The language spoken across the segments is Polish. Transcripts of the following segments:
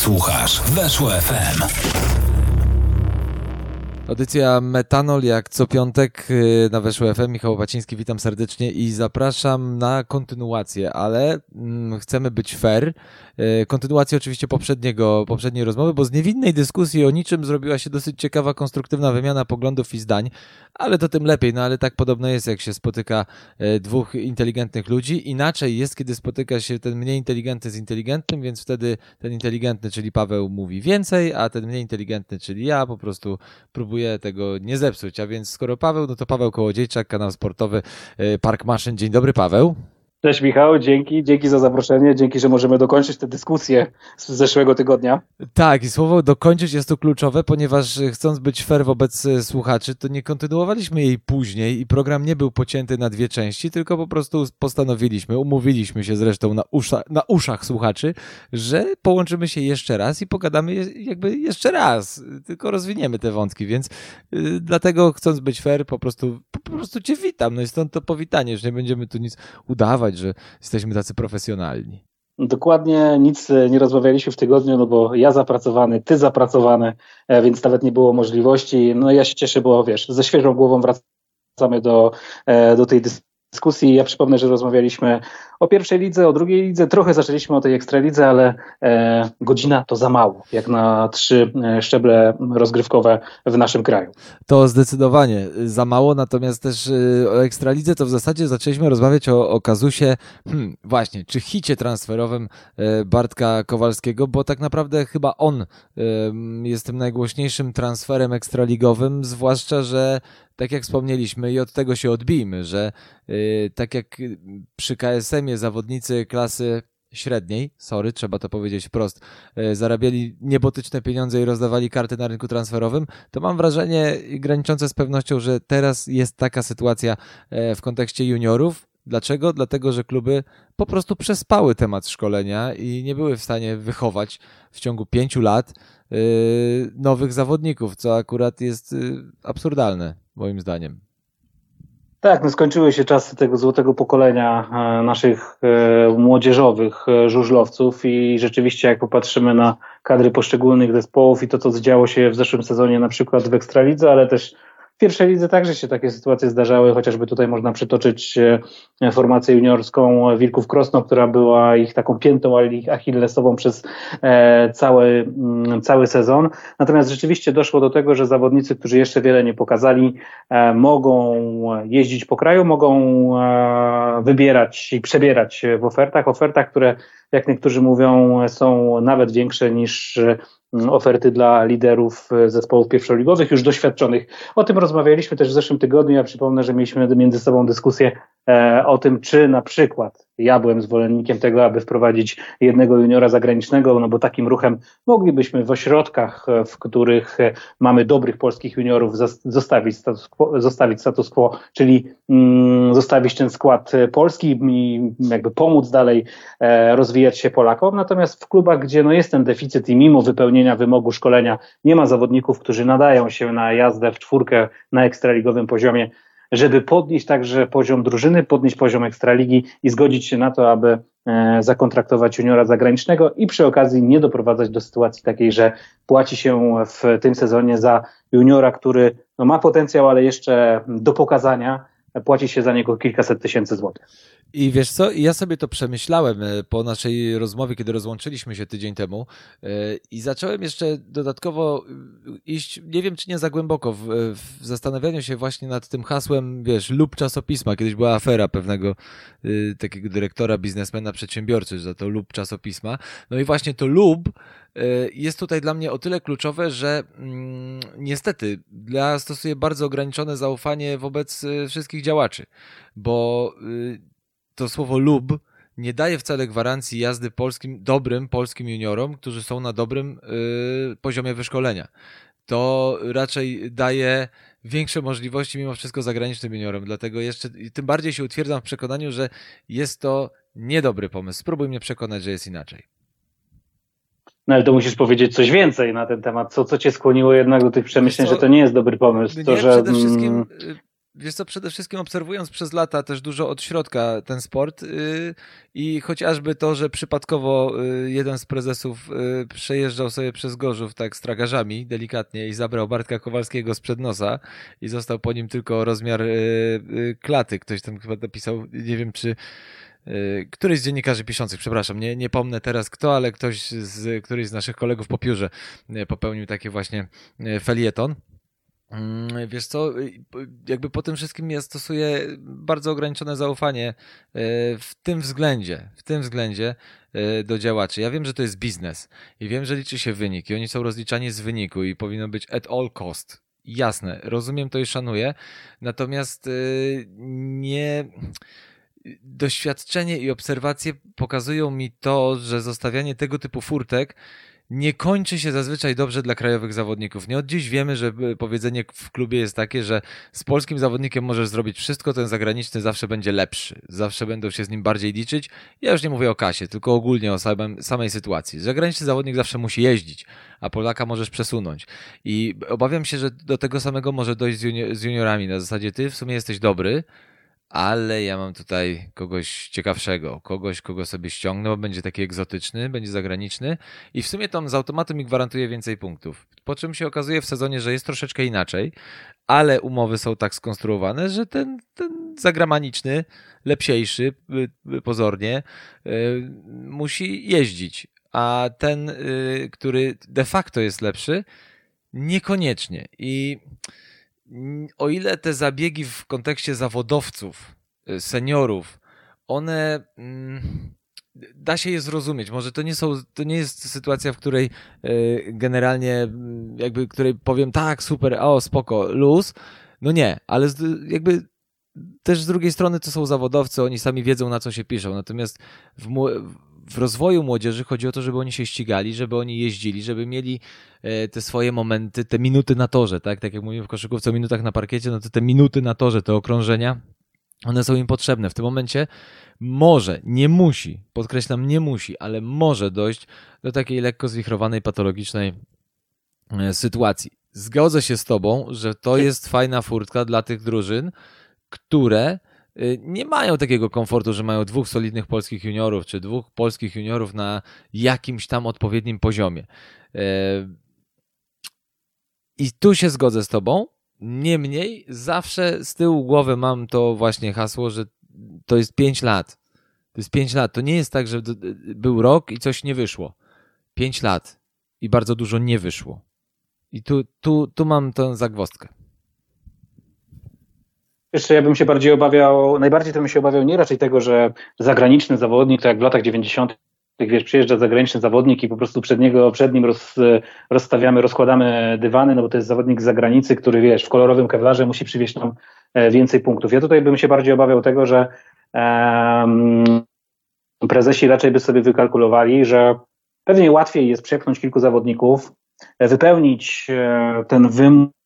Słuchasz Weszło FM. Audycja Metanol jak co piątek na Weszło FM. Michał Łapaciński, witam serdecznie i zapraszam na kontynuację, ale chcemy być fair. Kontynuację oczywiście poprzedniej rozmowy, bo z niewinnej dyskusji o niczym zrobiła się dosyć ciekawa, konstruktywna wymiana poglądów i zdań, ale to tym lepiej, no ale tak podobno jest, jak się spotyka dwóch inteligentnych ludzi. Inaczej jest, kiedy spotyka się ten mniej inteligentny z inteligentnym, więc wtedy ten inteligentny, czyli Paweł, mówi więcej, a ten mniej inteligentny, czyli ja, po prostu próbuję tego nie zepsuć. A więc skoro Paweł, no to Paweł Kołodziejczak, kanał sportowy Park Maszyn. Dzień dobry, Paweł. Cześć Michał, dzięki za zaproszenie, dzięki, że możemy dokończyć tę dyskusję z zeszłego tygodnia. Tak, i słowo dokończyć jest tu kluczowe, ponieważ chcąc być fair wobec słuchaczy, to nie kontynuowaliśmy jej później i program nie był pocięty na dwie części, tylko po prostu umówiliśmy się zresztą na uszach słuchaczy, że połączymy się jeszcze raz i pogadamy jakby jeszcze raz, tylko rozwiniemy te wątki, więc dlatego, chcąc być fair, po prostu Cię witam, no i stąd to powitanie, już nie będziemy tu nic udawać, że jesteśmy tacy profesjonalni. Dokładnie nic nie rozmawialiśmy w tygodniu, no bo ja zapracowany, ty zapracowany, więc nawet nie było możliwości. No ja się cieszę, bo wiesz, ze świeżą głową wracamy do tej dyskusji. Ja przypomnę, że rozmawialiśmy o pierwszej lidze, o drugiej lidze, trochę zaczęliśmy o tej ekstralidze, ale godzina to za mało, jak na 3 szczeble rozgrywkowe w naszym kraju. To zdecydowanie za mało, natomiast też o ekstralidze to w zasadzie zaczęliśmy rozmawiać o kazusie, właśnie, czy hicie transferowym Bartka Kowalskiego, bo tak naprawdę chyba on jest tym najgłośniejszym transferem ekstraligowym, zwłaszcza, że tak jak wspomnieliśmy i od tego się odbijmy, że tak jak przy KSM-ie zawodnicy klasy średniej, trzeba to powiedzieć wprost, zarabiali niebotyczne pieniądze i rozdawali karty na rynku transferowym, to mam wrażenie graniczące z pewnością, że teraz jest taka sytuacja w kontekście juniorów. Dlaczego? Dlatego, że kluby po prostu przespały temat szkolenia i nie były w stanie wychować w ciągu 5 lat nowych zawodników, co akurat jest absurdalne, moim zdaniem. Tak, no skończyły się czasy tego złotego pokolenia naszych młodzieżowych żużlowców i rzeczywiście jak popatrzymy na kadry poszczególnych zespołów i to, co działo się w zeszłym sezonie na przykład w Ekstralidze, ale też w pierwszej lidze także się takie sytuacje zdarzały, chociażby tutaj można przytoczyć formację juniorską Wilków Krosno, która była ich taką piętą achillesową przez cały sezon. Natomiast rzeczywiście doszło do tego, że zawodnicy, którzy jeszcze wiele nie pokazali, mogą jeździć po kraju, mogą wybierać i przebierać w ofertach, które jak niektórzy mówią są nawet większe niż oferty dla liderów zespołów pierwszoligowych, już doświadczonych. O tym rozmawialiśmy też w zeszłym tygodniu. Ja przypomnę, że mieliśmy między sobą dyskusję o tym, czy na przykład ja byłem zwolennikiem tego, aby wprowadzić jednego juniora zagranicznego, no bo takim ruchem moglibyśmy w ośrodkach, w których mamy dobrych polskich juniorów, zostawić status quo, czyli zostawić ten skład polski i jakby pomóc dalej rozwijać się Polakom. Natomiast w klubach, gdzie no jest ten deficyt i mimo wypełnienia wymogu szkolenia nie ma zawodników, którzy nadają się na jazdę w czwórkę na ekstraligowym poziomie, żeby podnieść także poziom drużyny, podnieść poziom ekstraligi i zgodzić się na to, aby zakontraktować juniora zagranicznego i przy okazji nie doprowadzać do sytuacji takiej, że płaci się w tym sezonie za juniora, który no, ma potencjał, ale jeszcze do pokazania płaci się za niego kilkaset tysięcy złotych. I wiesz co, ja sobie to przemyślałem po naszej rozmowie, kiedy rozłączyliśmy się tydzień temu i zacząłem jeszcze dodatkowo iść, nie wiem czy nie za głęboko, w zastanawianiu się właśnie nad tym hasłem, wiesz, lub czasopisma. Kiedyś była afera pewnego takiego dyrektora, biznesmena, przedsiębiorcy za to lub czasopisma. No i właśnie to lub jest tutaj dla mnie o tyle kluczowe, że niestety ja stosuję bardzo ograniczone zaufanie wobec wszystkich działaczy, bo to słowo lub nie daje wcale gwarancji jazdy dobrym polskim juniorom, którzy są na dobrym poziomie wyszkolenia. To raczej daje większe możliwości mimo wszystko zagranicznym juniorom, dlatego jeszcze tym bardziej się utwierdzam w przekonaniu, że jest to niedobry pomysł. Spróbuj mnie przekonać, że jest inaczej. No ale to musisz powiedzieć coś więcej na ten temat. Co cię skłoniło jednak do tych przemyśleń, że to nie jest dobry pomysł? Przede wszystkim wiesz co, przede wszystkim obserwując przez lata też dużo od środka ten sport i chociażby to, że przypadkowo jeden z prezesów przejeżdżał sobie przez Gorzów tak z tragarzami delikatnie i zabrał Bartka Kowalskiego sprzed nosa i został po nim tylko rozmiar klaty. Ktoś tam chyba napisał, nie wiem czy któryś z dziennikarzy piszących, przepraszam, nie pomnę teraz kto, ale któryś z naszych kolegów po piórze popełnił taki właśnie felieton. Wiesz co, jakby po tym wszystkim ja stosuję bardzo ograniczone zaufanie w tym względzie do działaczy. Ja wiem, że to jest biznes i wiem, że liczy się wynik i oni są rozliczani z wyniku i powinno być at all cost. Jasne, rozumiem to i szanuję, natomiast doświadczenie i obserwacje pokazują mi to, że zostawianie tego typu furtek nie kończy się zazwyczaj dobrze dla krajowych zawodników. Nie od dziś wiemy, że powiedzenie w klubie jest takie, że z polskim zawodnikiem możesz zrobić wszystko, ten zagraniczny zawsze będzie lepszy. Zawsze będą się z nim bardziej liczyć. Ja już nie mówię o kasie, tylko ogólnie o samej sytuacji. Zagraniczny zawodnik zawsze musi jeździć, a Polaka możesz przesunąć. I obawiam się, że do tego samego może dojść z juniorami. Na zasadzie ty w sumie jesteś dobry, ale ja mam tutaj kogoś ciekawszego, kogoś, kogo sobie ściągnę, bo będzie taki egzotyczny, będzie zagraniczny i w sumie to z automatu mi gwarantuje więcej punktów. Po czym się okazuje w sezonie, że jest troszeczkę inaczej, ale umowy są tak skonstruowane, że ten zagraniczny, lepsiejszy pozornie, musi jeździć, a ten, który de facto jest lepszy, niekoniecznie. I o ile te zabiegi w kontekście zawodowców, seniorów, one da się je zrozumieć. Może to nie jest sytuacja, w której generalnie której powiem tak, super, spoko, luz. No nie, ale jakby też z drugiej strony to są zawodowcy, oni sami wiedzą, na co się piszą. Natomiast w rozwoju młodzieży chodzi o to, żeby oni się ścigali, żeby oni jeździli, żeby mieli te swoje momenty, te minuty na torze, tak jak mówimy w koszykówce o minutach na parkiecie, no to te minuty na torze, te okrążenia, one są im potrzebne. W tym momencie może, nie musi, podkreślam, nie musi, ale może dojść do takiej lekko zwichrowanej, patologicznej sytuacji. Zgodzę się z tobą, że to jest fajna furtka dla tych drużyn, które nie mają takiego komfortu, że mają 2 solidnych polskich juniorów, czy 2 polskich juniorów na jakimś tam odpowiednim poziomie. I tu się zgodzę z tobą. Niemniej zawsze z tyłu głowy mam to właśnie hasło, że to jest 5 lat. To jest 5 lat. To nie jest tak, że był rok i coś nie wyszło. 5 lat i bardzo dużo nie wyszło. I tu mam tę zagwozdkę. Jeszcze ja bym się najbardziej to bym się obawiał nie raczej tego, że zagraniczny zawodnik, to jak w latach 90. Przyjeżdża zagraniczny zawodnik i po prostu przed nim rozkładamy dywany, no bo to jest zawodnik z zagranicy, który w kolorowym kewlarze musi przywieźć nam więcej punktów. Ja tutaj bym się bardziej obawiał tego, że prezesi raczej by sobie wykalkulowali, że pewnie łatwiej jest przepchnąć kilku zawodników, wypełnić ten wymóg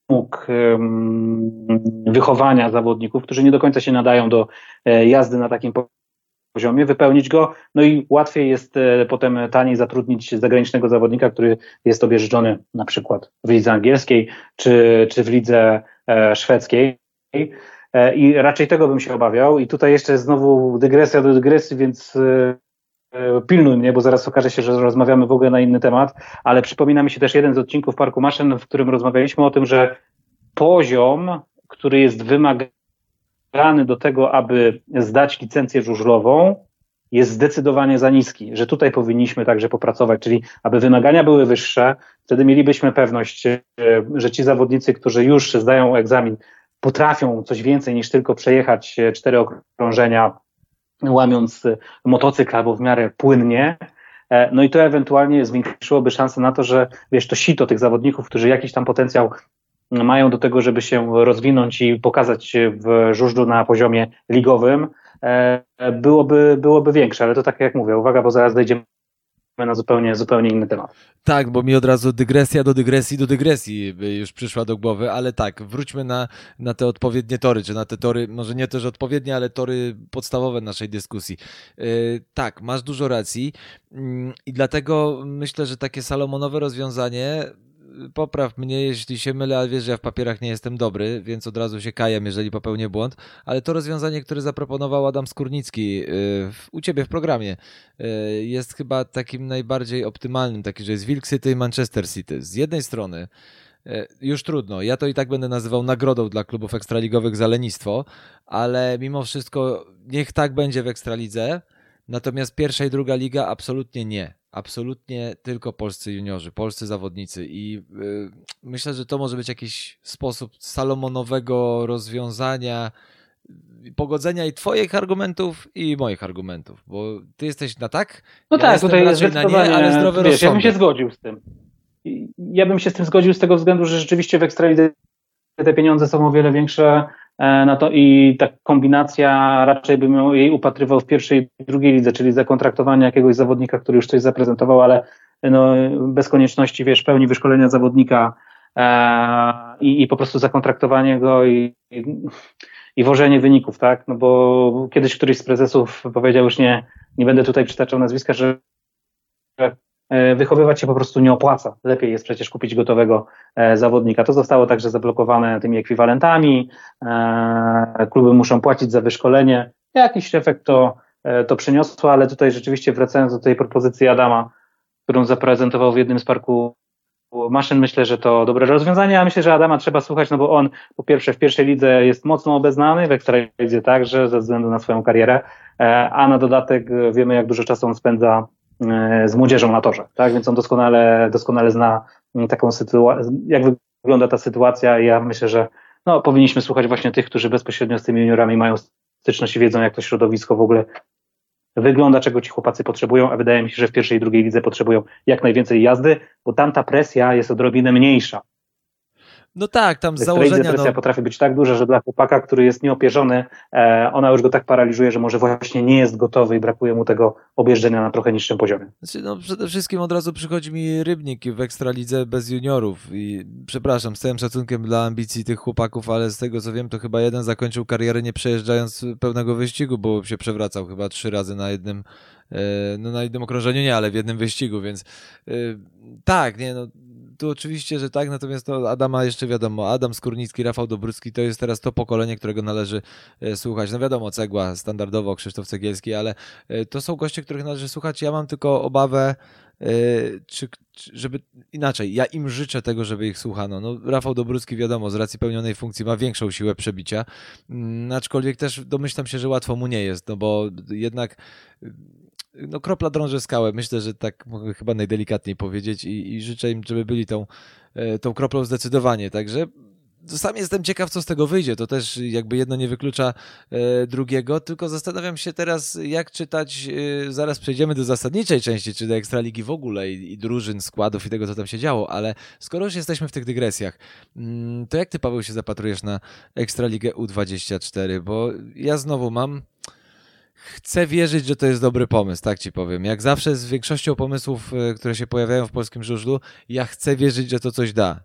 wychowania zawodników, którzy nie do końca się nadają do jazdy na takim poziomie, wypełnić go, no i łatwiej jest potem taniej zatrudnić zagranicznego zawodnika, który jest objeżdżony na przykład w lidze angielskiej czy w lidze szwedzkiej. I raczej tego bym się obawiał. I tutaj jeszcze znowu dygresja do dygresji, więc pilnuj mnie, bo zaraz okaże się, że rozmawiamy w ogóle na inny temat, ale przypomina mi się też jeden z odcinków Parku Maszyn, w którym rozmawialiśmy o tym, że poziom, który jest wymagany do tego, aby zdać licencję żużlową, jest zdecydowanie za niski, że tutaj powinniśmy także popracować, czyli aby wymagania były wyższe, wtedy mielibyśmy pewność, że ci zawodnicy, którzy już zdają egzamin, potrafią coś więcej niż tylko przejechać 4 okrążenia, łamiąc motocykl albo w miarę płynnie. No i to ewentualnie zwiększyłoby szansę na to, że to sito tych zawodników, którzy jakiś tam potencjał mają do tego, żeby się rozwinąć i pokazać w żużlu na poziomie ligowym, byłoby większe, ale to tak jak mówię, uwaga, bo zaraz dojdziemy na zupełnie inny temat. Tak, bo mi od razu dygresja do dygresji już przyszła do głowy, ale tak, wróćmy na te odpowiednie tory, czy na te tory, może nie też odpowiednie, ale tory podstawowe naszej dyskusji. Tak, masz dużo racji i dlatego myślę, że takie salomonowe rozwiązanie popraw mnie, jeśli się mylę, ale wiesz, że ja w papierach nie jestem dobry, więc od razu się kajem, jeżeli popełnię błąd, ale to rozwiązanie, które zaproponował Adam Skórnicki u ciebie w programie, jest chyba takim najbardziej optymalnym, taki, że jest Wilk City i Manchester City. Z jednej strony już trudno, ja to i tak będę nazywał nagrodą dla klubów ekstraligowych za lenistwo, ale mimo wszystko niech tak będzie w Ekstralidze, natomiast pierwsza i druga liga absolutnie nie. Absolutnie tylko polscy juniorzy, polscy zawodnicy i myślę, że to może być jakiś sposób salomonowego rozwiązania, pogodzenia i twoich argumentów i moich argumentów, bo ty jesteś na tak, No ja tak, jestem tutaj raczej na nie, ale zdrowy wiesz, ja bym się rozsądek. zgodził z tym. Ja bym się z tym zgodził z tego względu, że rzeczywiście w Ekstralidze te pieniądze są o wiele większe na to i ta kombinacja raczej bym jej upatrywał w pierwszej i drugiej lidze, czyli zakontraktowanie jakiegoś zawodnika, który już coś zaprezentował, ale no, bez konieczności, wiesz, pełni wyszkolenia zawodnika i po prostu zakontraktowanie go i wożenie wyników, tak? No bo kiedyś któryś z prezesów powiedział, już nie będę tutaj przytaczał nazwiska, że wychowywać się po prostu nie opłaca. Lepiej jest przecież kupić gotowego zawodnika. To zostało także zablokowane tymi ekwiwalentami. Kluby muszą płacić za wyszkolenie. Jakiś efekt to przyniosło, ale tutaj rzeczywiście wracając do tej propozycji Adama, którą zaprezentował w jednym z parku maszyn, myślę, że to dobre rozwiązanie, a myślę, że Adama trzeba słuchać, no bo on po pierwsze w pierwszej lidze jest mocno obeznany, w Ekstralidze także ze względu na swoją karierę, a na dodatek wiemy, jak dużo czasu on spędza z młodzieżą na torze, tak? Więc on doskonale zna taką sytuację, jak wygląda ta sytuacja i ja myślę, że no, powinniśmy słuchać właśnie tych, którzy bezpośrednio z tymi juniorami mają styczność i wiedzą, jak to środowisko w ogóle wygląda, czego ci chłopacy potrzebują, a wydaje mi się, że w pierwszej i drugiej lidze potrzebują jak najwięcej jazdy, bo tam ta presja jest odrobinę mniejsza. No tak, tam z W założenia... presja potrafi być tak duża, że dla chłopaka, który jest nieopierzony, ona już go tak paraliżuje, że może właśnie nie jest gotowy i brakuje mu tego objeżdżenia na trochę niższym poziomie. Znaczy, no przede wszystkim od razu przychodzi mi Rybnik w Ekstralidze bez juniorów i przepraszam, z całym szacunkiem dla ambicji tych chłopaków, ale z tego co wiem, to chyba jeden zakończył karierę nie przejeżdżając pełnego wyścigu, bo się przewracał chyba 3 razy na jednym, no na jednym okrążeniu nie, ale w jednym wyścigu, więc tak, nie no, tu oczywiście, że tak, natomiast to Adama jeszcze wiadomo, Adam Skórnicki, Rafał Dobrucki to jest teraz to pokolenie, którego należy słuchać. No wiadomo, Cegła standardowo, Krzysztof Cegielski, ale to są goście, których należy słuchać. Ja mam tylko obawę, żeby inaczej, ja im życzę tego, żeby ich słuchano. No, Rafał Dobrucki wiadomo, z racji pełnionej funkcji ma większą siłę przebicia, aczkolwiek też domyślam się, że łatwo mu nie jest, no bo jednak no kropla drąży skałę. Myślę, że tak mogę chyba najdelikatniej powiedzieć i życzę im, żeby byli tą kroplą zdecydowanie. Także sam jestem ciekaw, co z tego wyjdzie. To też jakby jedno nie wyklucza drugiego, tylko zastanawiam się teraz, jak czytać, zaraz przejdziemy do zasadniczej części, czy do Ekstraligi w ogóle i drużyn, składów i tego, co tam się działo, ale skoro już jesteśmy w tych dygresjach, to jak ty, Paweł, się zapatrujesz na Ekstraligę U24? Bo ja znowu chcę wierzyć, że to jest dobry pomysł, tak ci powiem. Jak zawsze z większością pomysłów, które się pojawiają w polskim żużlu, ja chcę wierzyć, że to coś da.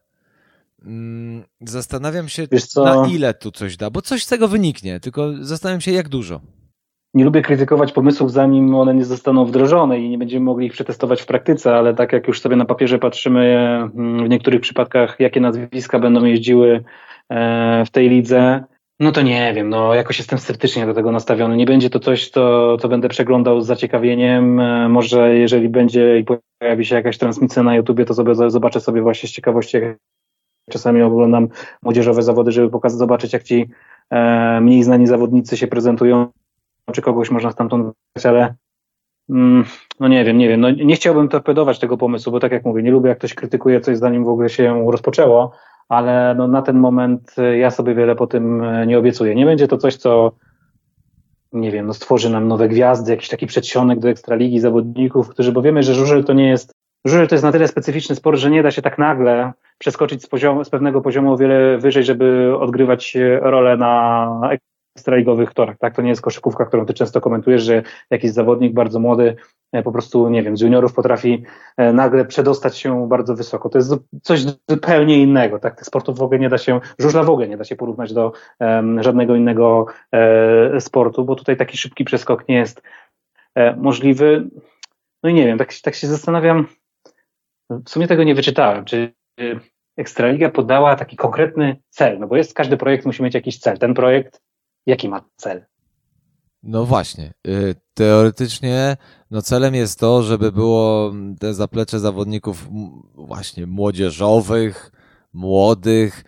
Zastanawiam się, na ile tu coś da, bo coś z tego wyniknie, tylko zastanawiam się, jak dużo. Nie lubię krytykować pomysłów, zanim one nie zostaną wdrożone i nie będziemy mogli ich przetestować w praktyce, ale tak jak już sobie na papierze patrzymy w niektórych przypadkach, jakie nazwiska będą jeździły w tej lidze, no to nie wiem, no jakoś jestem sceptycznie do tego nastawiony. Nie będzie to coś, co będę przeglądał z zaciekawieniem. Może jeżeli będzie i pojawi się jakaś transmisja na YouTubie, to sobie zobaczę sobie właśnie z ciekawości. Czasami oglądam młodzieżowe zawody, żeby zobaczyć, jak ci mniej znani zawodnicy się prezentują, czy kogoś można stamtąd wybrać, ale no nie wiem. No, nie chciałbym torpedować tego pomysłu, bo tak jak mówię, nie lubię, jak ktoś krytykuje coś, zanim w ogóle się rozpoczęło, ale no, na ten moment ja sobie wiele po tym nie obiecuję. Nie będzie to coś, co nie wiem, no, stworzy nam nowe gwiazdy, jakiś taki przedsionek do Ekstraligi zawodników, bo wiemy, że żużel to jest na tyle specyficzny sport, że nie da się tak nagle przeskoczyć z pewnego poziomu o wiele wyżej, żeby odgrywać rolę na ekstraligowych torach. Tak? To nie jest koszykówka, którą ty często komentujesz, że jakiś zawodnik bardzo młody po prostu, nie wiem, z juniorów potrafi nagle przedostać się bardzo wysoko. To jest coś zupełnie innego. Tak? Tych sportów w ogóle nie da się, żużla w ogóle nie da się porównać do żadnego innego sportu, bo tutaj taki szybki przeskok nie jest możliwy. No i nie wiem, tak się zastanawiam, w sumie tego nie wyczytałem, czy Ekstraliga podała taki konkretny cel? No bo każdy projekt musi mieć jakiś cel. Ten projekt, jaki ma cel? No właśnie, teoretycznie celem jest to, żeby było te zaplecze zawodników właśnie młodzieżowych, młodych,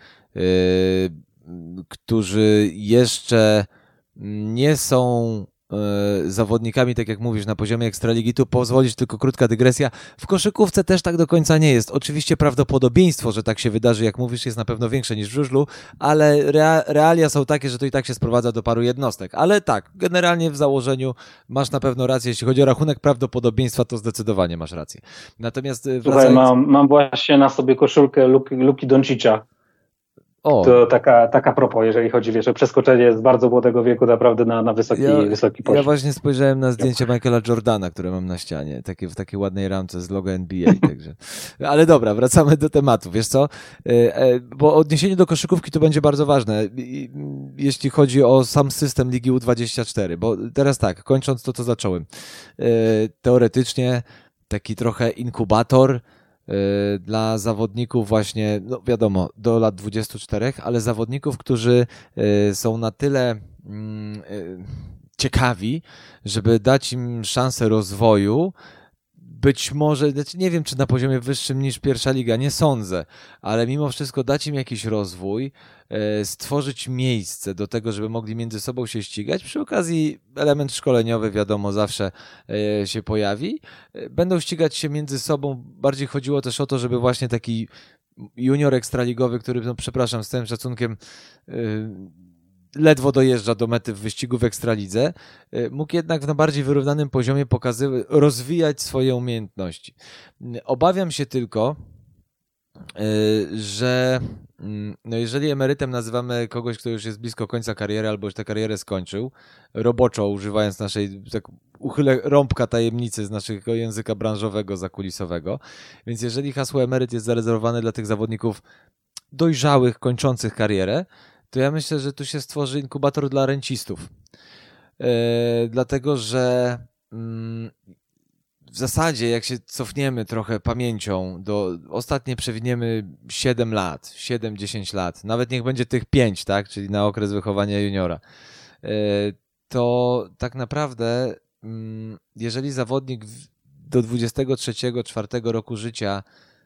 którzy jeszcze nie są zawodnikami, tak jak mówisz, na poziomie Ekstraligi. Tu pozwolisz, tylko krótka dygresja. W koszykówce też tak do końca nie jest. Oczywiście prawdopodobieństwo, że tak się wydarzy, jak mówisz, jest na pewno większe niż w żużlu, ale realia są takie, że to i tak się sprowadza do paru jednostek. Ale tak, generalnie w założeniu masz na pewno rację. Jeśli chodzi o rachunek prawdopodobieństwa, to zdecydowanie masz rację. Natomiast Słuchaj, mam właśnie na sobie koszulkę Luki Doncicza. O. To taka propos, jeżeli chodzi o przeskoczenie z bardzo młodego wieku naprawdę na wysoki poziom. Ja właśnie spojrzałem na zdjęcie Michaela Jordana, które mam na ścianie, w takiej ładnej ramce z logo NBA. Także. Ale dobra, wracamy do tematu. Wiesz co? Bo odniesienie do koszykówki to będzie bardzo ważne, jeśli chodzi o sam system Ligi U24. Bo teraz tak, kończąc to, co zacząłem. Teoretycznie taki trochę inkubator dla zawodników właśnie, no wiadomo, do lat 24, ale zawodników, którzy są na tyle ciekawi, żeby dać im szansę rozwoju, być może, nie wiem, czy na poziomie wyższym niż pierwsza liga, nie sądzę, ale mimo wszystko dać im jakiś rozwój, stworzyć miejsce do tego, żeby mogli między sobą się ścigać. Przy okazji element szkoleniowy, wiadomo, zawsze się pojawi. Będą ścigać się między sobą. Bardziej chodziło też o to, żeby właśnie taki junior ekstraligowy, który, no przepraszam, z całym szacunkiem, ledwo dojeżdża do mety w wyścigu w Ekstralidze, mógł jednak na bardziej wyrównanym poziomie rozwijać swoje umiejętności. Obawiam się tylko, że no jeżeli emerytem nazywamy kogoś, kto już jest blisko końca kariery albo już tę karierę skończył, roboczo używając naszej, tak uchylę rąbka tajemnicy z naszego języka branżowego, zakulisowego, więc jeżeli hasło emeryt jest zarezerwowane dla tych zawodników dojrzałych, kończących karierę, to ja myślę, że tu się stworzy inkubator dla rencistów. Dlatego, że w zasadzie jak się cofniemy trochę pamięcią, ostatnie przewiniemy 7 lat, 7-10 lat, nawet niech będzie tych 5, tak, czyli na okres wychowania juniora, to tak naprawdę jeżeli zawodnik do 23-24 roku życia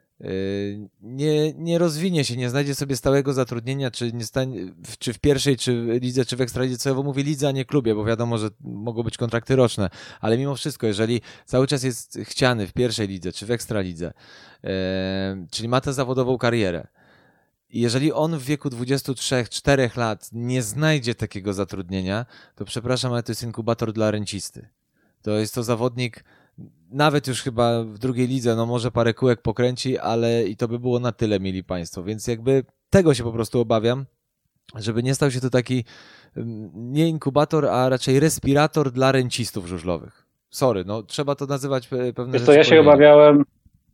nie rozwinie się, nie znajdzie sobie stałego zatrudnienia, czy w pierwszej, czy lidze, czy w Ekstralidze, co ja mówię lidze, a nie klubie, bo wiadomo, że mogą być kontrakty roczne, ale mimo wszystko, jeżeli cały czas jest chciany w pierwszej lidze, czy w Ekstralidze, czyli ma tę zawodową karierę, i jeżeli on w wieku 23-4 lat nie znajdzie takiego zatrudnienia, to przepraszam, ale to jest inkubator dla rencisty. To jest to zawodnik, nawet już chyba w drugiej lidze, no może parę kółek pokręci, ale i to by było na tyle, mili Państwo. Więc jakby tego się po prostu obawiam, żeby nie stał się to taki nie inkubator, a raczej respirator dla rencistów żużlowych. Sorry, no trzeba to nazywać pewne rzeczy. To ja się obawiałem...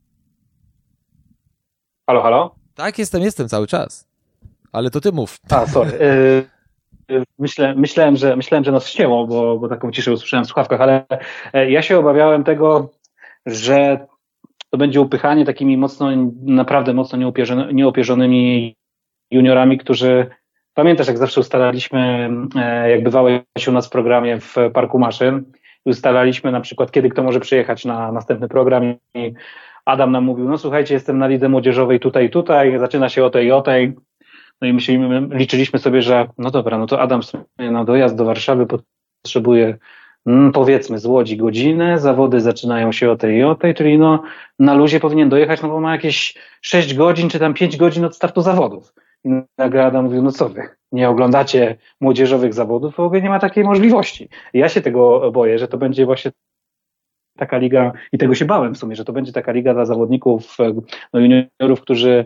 Halo? Tak, jestem cały czas. Ale to ty mów. Sorry. Myślałem, że nas ścięło, bo taką ciszę usłyszałem w słuchawkach, ale ja się obawiałem tego, że to będzie upychanie takimi naprawdę mocno nieopierzonymi juniorami, którzy, pamiętasz, jak zawsze ustalaliśmy, jak bywałeś u nas w programie w Parku Maszyn, ustalaliśmy na przykład, kiedy kto może przyjechać na następny program i Adam nam mówił, no słuchajcie, jestem na lidze młodzieżowej tutaj, zaczyna się o tej i o tej. No i liczyliśmy sobie, że no dobra, no to Adam na dojazd do Warszawy potrzebuje powiedzmy z Łodzi godzinę, zawody zaczynają się o tej i o tej, czyli no na luzie powinien dojechać, no bo ma jakieś 6 godzin czy tam 5 godzin od startu zawodów. I nagle Adam mówił, no co wy, nie oglądacie młodzieżowych zawodów, w ogóle nie ma takiej możliwości. I ja się tego boję, że to będzie właśnie taka liga, i tego się bałem w sumie, że to będzie taka liga dla zawodników, no juniorów, którzy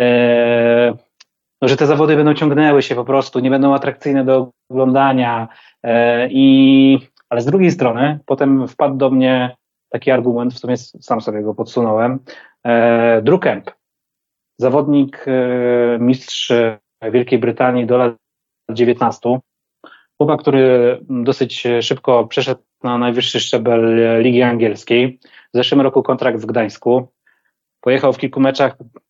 że te zawody będą ciągnęły się po prostu, nie będą atrakcyjne do oglądania. Ale z drugiej strony potem wpadł do mnie taki argument, w sumie sam sobie go podsunąłem. Drew Kemp, zawodnik, mistrz Wielkiej Brytanii do lat 19. Chłopak, który dosyć szybko przeszedł na najwyższy szczebel Ligi Angielskiej. W zeszłym roku kontrakt w Gdańsku. Pojechał w kilku meczach,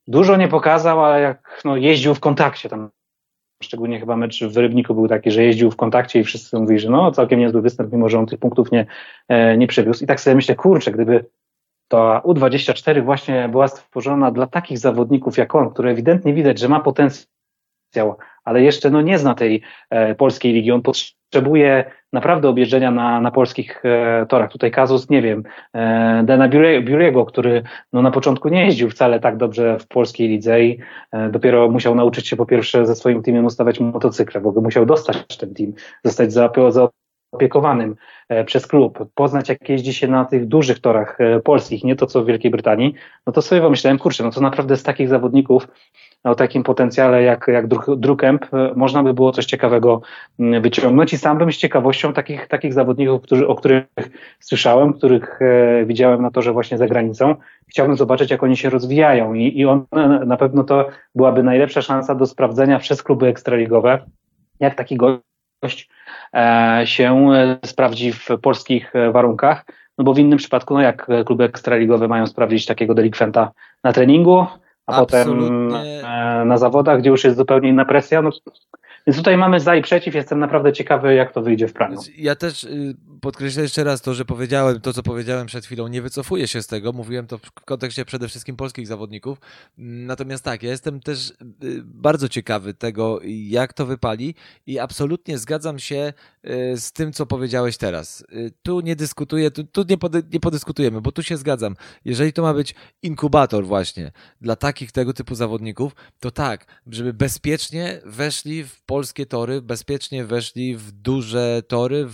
dużo nie pokazał, ale jak jeździł w kontakcie, tam szczególnie chyba mecz w Rybniku był taki, że jeździł w kontakcie i wszyscy mówili, że całkiem niezły występ, mimo że on tych punktów nie przywiózł. I tak sobie myślę, kurczę, gdyby to U24 właśnie była stworzona dla takich zawodników jak on, który ewidentnie widać, że ma potencjał, ale jeszcze nie zna tej polskiej ligi. On potrzebuje naprawdę objeżdżenia na polskich torach. Tutaj kazus, nie wiem, Dana Biuriego, który na początku nie jeździł wcale tak dobrze w polskiej lidze i dopiero musiał nauczyć się po pierwsze ze swoim teamem ustawiać motocykle, w ogóle musiał dostać ten team, zostać zaopiekowanym przez klub, poznać jak jeździ się na tych dużych torach polskich, nie to co w Wielkiej Brytanii, to sobie pomyślałem, kurczę, to naprawdę z takich zawodników o takim potencjale jak Drucamp można by było coś ciekawego wyciągnąć i sam bym z ciekawością takich zawodników, o których słyszałem, których widziałem na torze właśnie za granicą, chciałbym zobaczyć, jak oni się rozwijają i on na pewno to byłaby najlepsza szansa do sprawdzenia przez kluby ekstraligowe, jak taki gość się sprawdzi w polskich warunkach, bo w innym przypadku, jak kluby ekstraligowe mają sprawdzić takiego delikwenta na treningu, a potem na zawodach, gdzie już jest zupełnie inna presja. Więc tutaj mamy za i przeciw. Jestem naprawdę ciekawy, jak to wyjdzie w praniu. Ja też podkreślę jeszcze raz to, że powiedziałem to, co powiedziałem przed chwilą. Nie wycofuję się z tego. Mówiłem to w kontekście przede wszystkim polskich zawodników. Natomiast tak, ja jestem też bardzo ciekawy tego, jak to wypali i absolutnie zgadzam się z tym, co powiedziałeś teraz. Tu nie dyskutuję, tu nie podyskutujemy, bo tu się zgadzam. Jeżeli to ma być inkubator właśnie dla takich tego typu zawodników, to tak, żeby bezpiecznie weszli w polskie tory, bezpiecznie weszli w duże tory,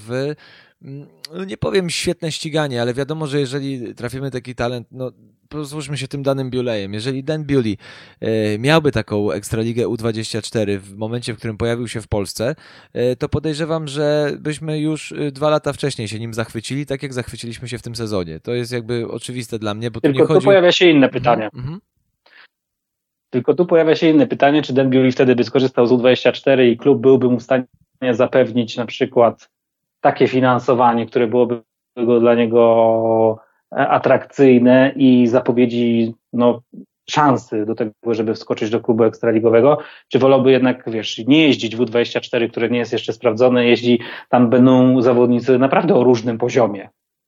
nie powiem świetne ściganie, ale wiadomo, że jeżeli trafimy taki talent, posłuchajmy się tym Danem Bewleyem. Jeżeli Dan Bewley miałby taką Ekstraligę U24 w momencie, w którym pojawił się w Polsce, to podejrzewam, że byśmy już 2 lata wcześniej się nim zachwycili, tak jak zachwyciliśmy się w tym sezonie. To jest jakby oczywiste dla mnie, bo Tylko tu pojawia się inne pytanie. Tylko tu pojawia się inne pytanie, czy Dan Bewley wtedy by skorzystał z U24 i klub byłby mu w stanie zapewnić na przykład takie finansowanie, które byłoby dla niego atrakcyjne i zapowiedzi szansy do tego, żeby wskoczyć do klubu ekstraligowego, czy wolałby jednak, nie jeździć w U24, które nie jest jeszcze sprawdzone, tam będą zawodnicy naprawdę o różnym poziomie.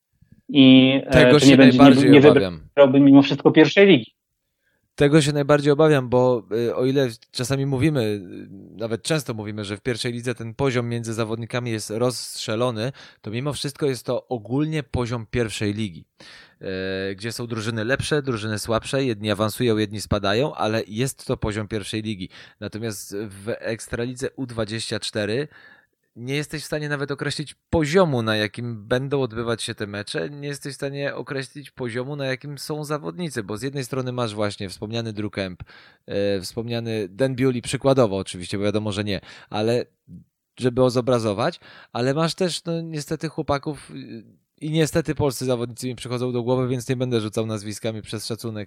I tego czy się nie wybrałby mimo wszystko pierwszej ligi. Tego się najbardziej obawiam, bo o ile czasami mówimy, nawet często mówimy, że w pierwszej lidze ten poziom między zawodnikami jest rozstrzelony, to mimo wszystko jest to ogólnie poziom pierwszej ligi, gdzie są drużyny lepsze, drużyny słabsze, jedni awansują, jedni spadają, ale jest to poziom pierwszej ligi. Natomiast w Ekstralidze U24 nie jesteś w stanie nawet określić poziomu, na jakim będą odbywać się te mecze, nie jesteś w stanie określić poziomu, na jakim są zawodnicy, bo z jednej strony masz właśnie wspomniany Drucamp, wspomniany Dan Bewley, przykładowo oczywiście, bo wiadomo, że nie, ale żeby zobrazować, ale masz też niestety chłopaków i niestety polscy zawodnicy mi przychodzą do głowy, więc nie będę rzucał nazwiskami przez szacunek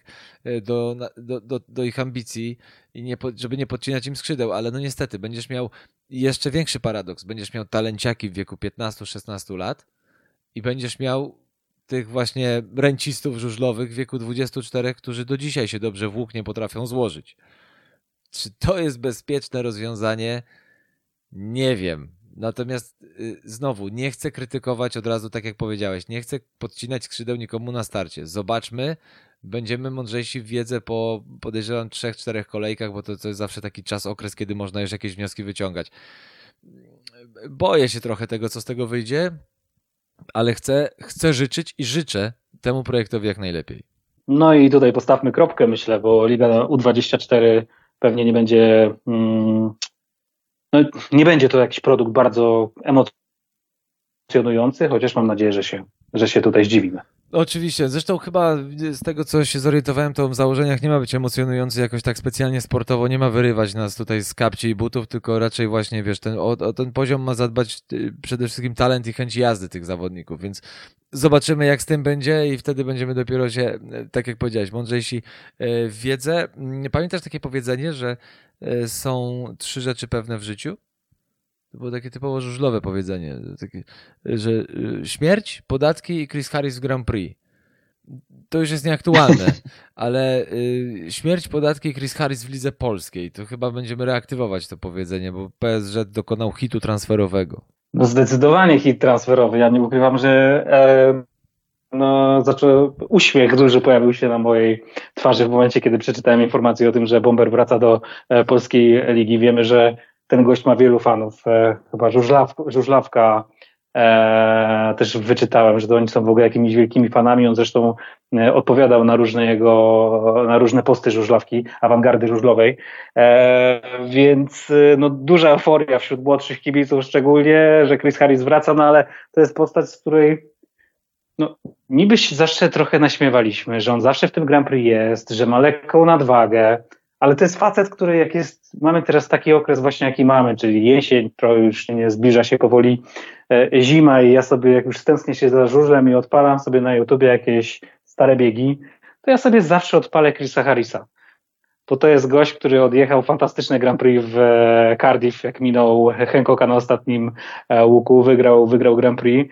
do ich ambicji i żeby nie podcinać im skrzydeł, ale niestety będziesz miał jeszcze większy paradoks. Będziesz miał talenciaki w wieku 15-16 lat i będziesz miał tych właśnie rencistów żużlowych w wieku 24, którzy do dzisiaj się dobrze w łuk nie potrafią złożyć. Czy to jest bezpieczne rozwiązanie? Nie wiem. Natomiast znowu, nie chcę krytykować od razu, tak jak powiedziałeś, nie chcę podcinać skrzydeł nikomu na starcie. Zobaczmy, będziemy mądrzejsi w wiedzę po, podejrzewam, 3-4 kolejkach, bo to jest zawsze taki okres, kiedy można już jakieś wnioski wyciągać. Boję się trochę tego, co z tego wyjdzie, ale chcę życzyć i życzę temu projektowi jak najlepiej. No i tutaj postawmy kropkę, myślę, bo Liga U24 pewnie nie będzie... nie będzie to jakiś produkt bardzo emocjonujący, chociaż mam nadzieję, że się tutaj zdziwimy. Oczywiście, zresztą chyba z tego, co się zorientowałem, to w założeniach nie ma być emocjonujący jakoś tak specjalnie sportowo, nie ma wyrywać nas tutaj z kapci i butów, tylko raczej właśnie, o ten poziom ma zadbać przede wszystkim talent i chęć jazdy tych zawodników, więc zobaczymy, jak z tym będzie i wtedy będziemy dopiero się, tak jak powiedziałeś, mądrzejsi w wiedzę. Pamiętasz takie powiedzenie, że są 3 rzeczy pewne w życiu? To było takie typowo żużlowe powiedzenie, że śmierć, podatki i Chris Harris w Grand Prix. to już jest nieaktualne, ale śmierć podatki Chris Harris w lidze polskiej, to chyba będziemy reaktywować to powiedzenie, bo PSG dokonał hitu transferowego. No zdecydowanie hit transferowy. Ja nie ukrywam, że uśmiech duży pojawił się na mojej twarzy w momencie, kiedy przeczytałem informację o tym, że Bomber wraca do polskiej ligi. Wiemy, że ten gość ma wielu fanów. Chyba Żużlawka też wyczytałem, że to oni są w ogóle jakimiś wielkimi fanami. On zresztą odpowiadał na różne posty Żużlawki, awangardy żużlowej. Więc no, duża euforia wśród młodszych kibiców, szczególnie, że Chris Harris wraca, no ale to jest postać, z której no, niby się zawsze trochę naśmiewaliśmy, że on zawsze w tym Grand Prix jest, że ma lekką nadwagę, ale to jest facet, który mamy teraz taki okres właśnie jaki mamy, czyli jesień, trochę już nie zbliża się powoli zima i ja sobie jak już stęsknię się za żużlem i odpalam sobie na YouTubie jakieś stare biegi, to ja sobie zawsze odpalę Chrisa Harrisa. Bo to jest gość, który odjechał fantastyczne Grand Prix w Cardiff, jak minął Hancocka na ostatnim łuku, wygrał Grand Prix.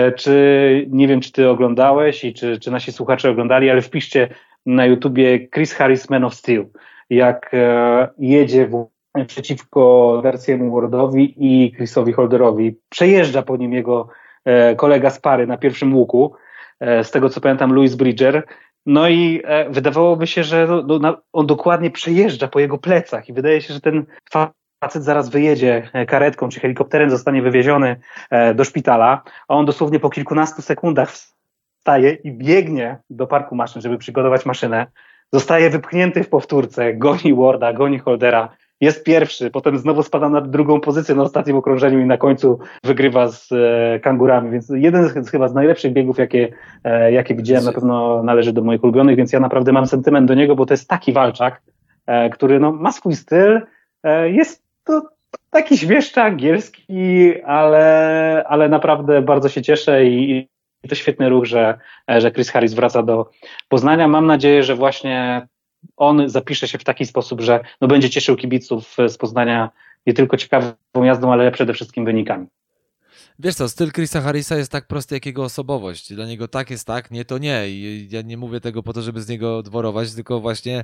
Nie wiem, czy ty oglądałeś i czy nasi słuchacze oglądali, ale wpiszcie na YouTubie Chris Harris Man of Steel, jak jedzie przeciwko Darcy'emu Wardowi i Chrisowi Holderowi. Przejeżdża po nim jego kolega z pary na pierwszym łuku, z tego co pamiętam Louis Bridger. No i wydawałoby się, że on dokładnie przejeżdża po jego plecach i wydaje się, że ten facet zaraz wyjedzie karetką czy helikopterem, zostanie wywieziony do szpitala, a on dosłownie po kilkunastu sekundach wstaje i biegnie do parku maszyn, żeby przygotować maszynę. Zostaje wypchnięty w powtórce, goni Warda, goni Holdera, jest pierwszy, potem znowu spada na drugą pozycję na ostatnim okrążeniu i na końcu wygrywa z kangurami, więc jeden chyba z najlepszych biegów, jakie widziałem, na pewno należy do moich ulubionych, więc ja naprawdę mam sentyment do niego, bo to jest taki walczak, który no, ma swój styl, jest to taki śmieszny, angielski, ale naprawdę bardzo się cieszę i to świetny ruch, że Chris Harris wraca do Poznania. Mam nadzieję, że właśnie on zapisze się w taki sposób, że no będzie cieszył kibiców z Poznania nie tylko ciekawą jazdą, ale przede wszystkim wynikami. Wiesz co, styl Chrisa Harrisa jest tak prosty jak jego osobowość. Dla niego tak jest tak, nie to nie. I ja nie mówię tego po to, żeby z niego dworować, tylko właśnie,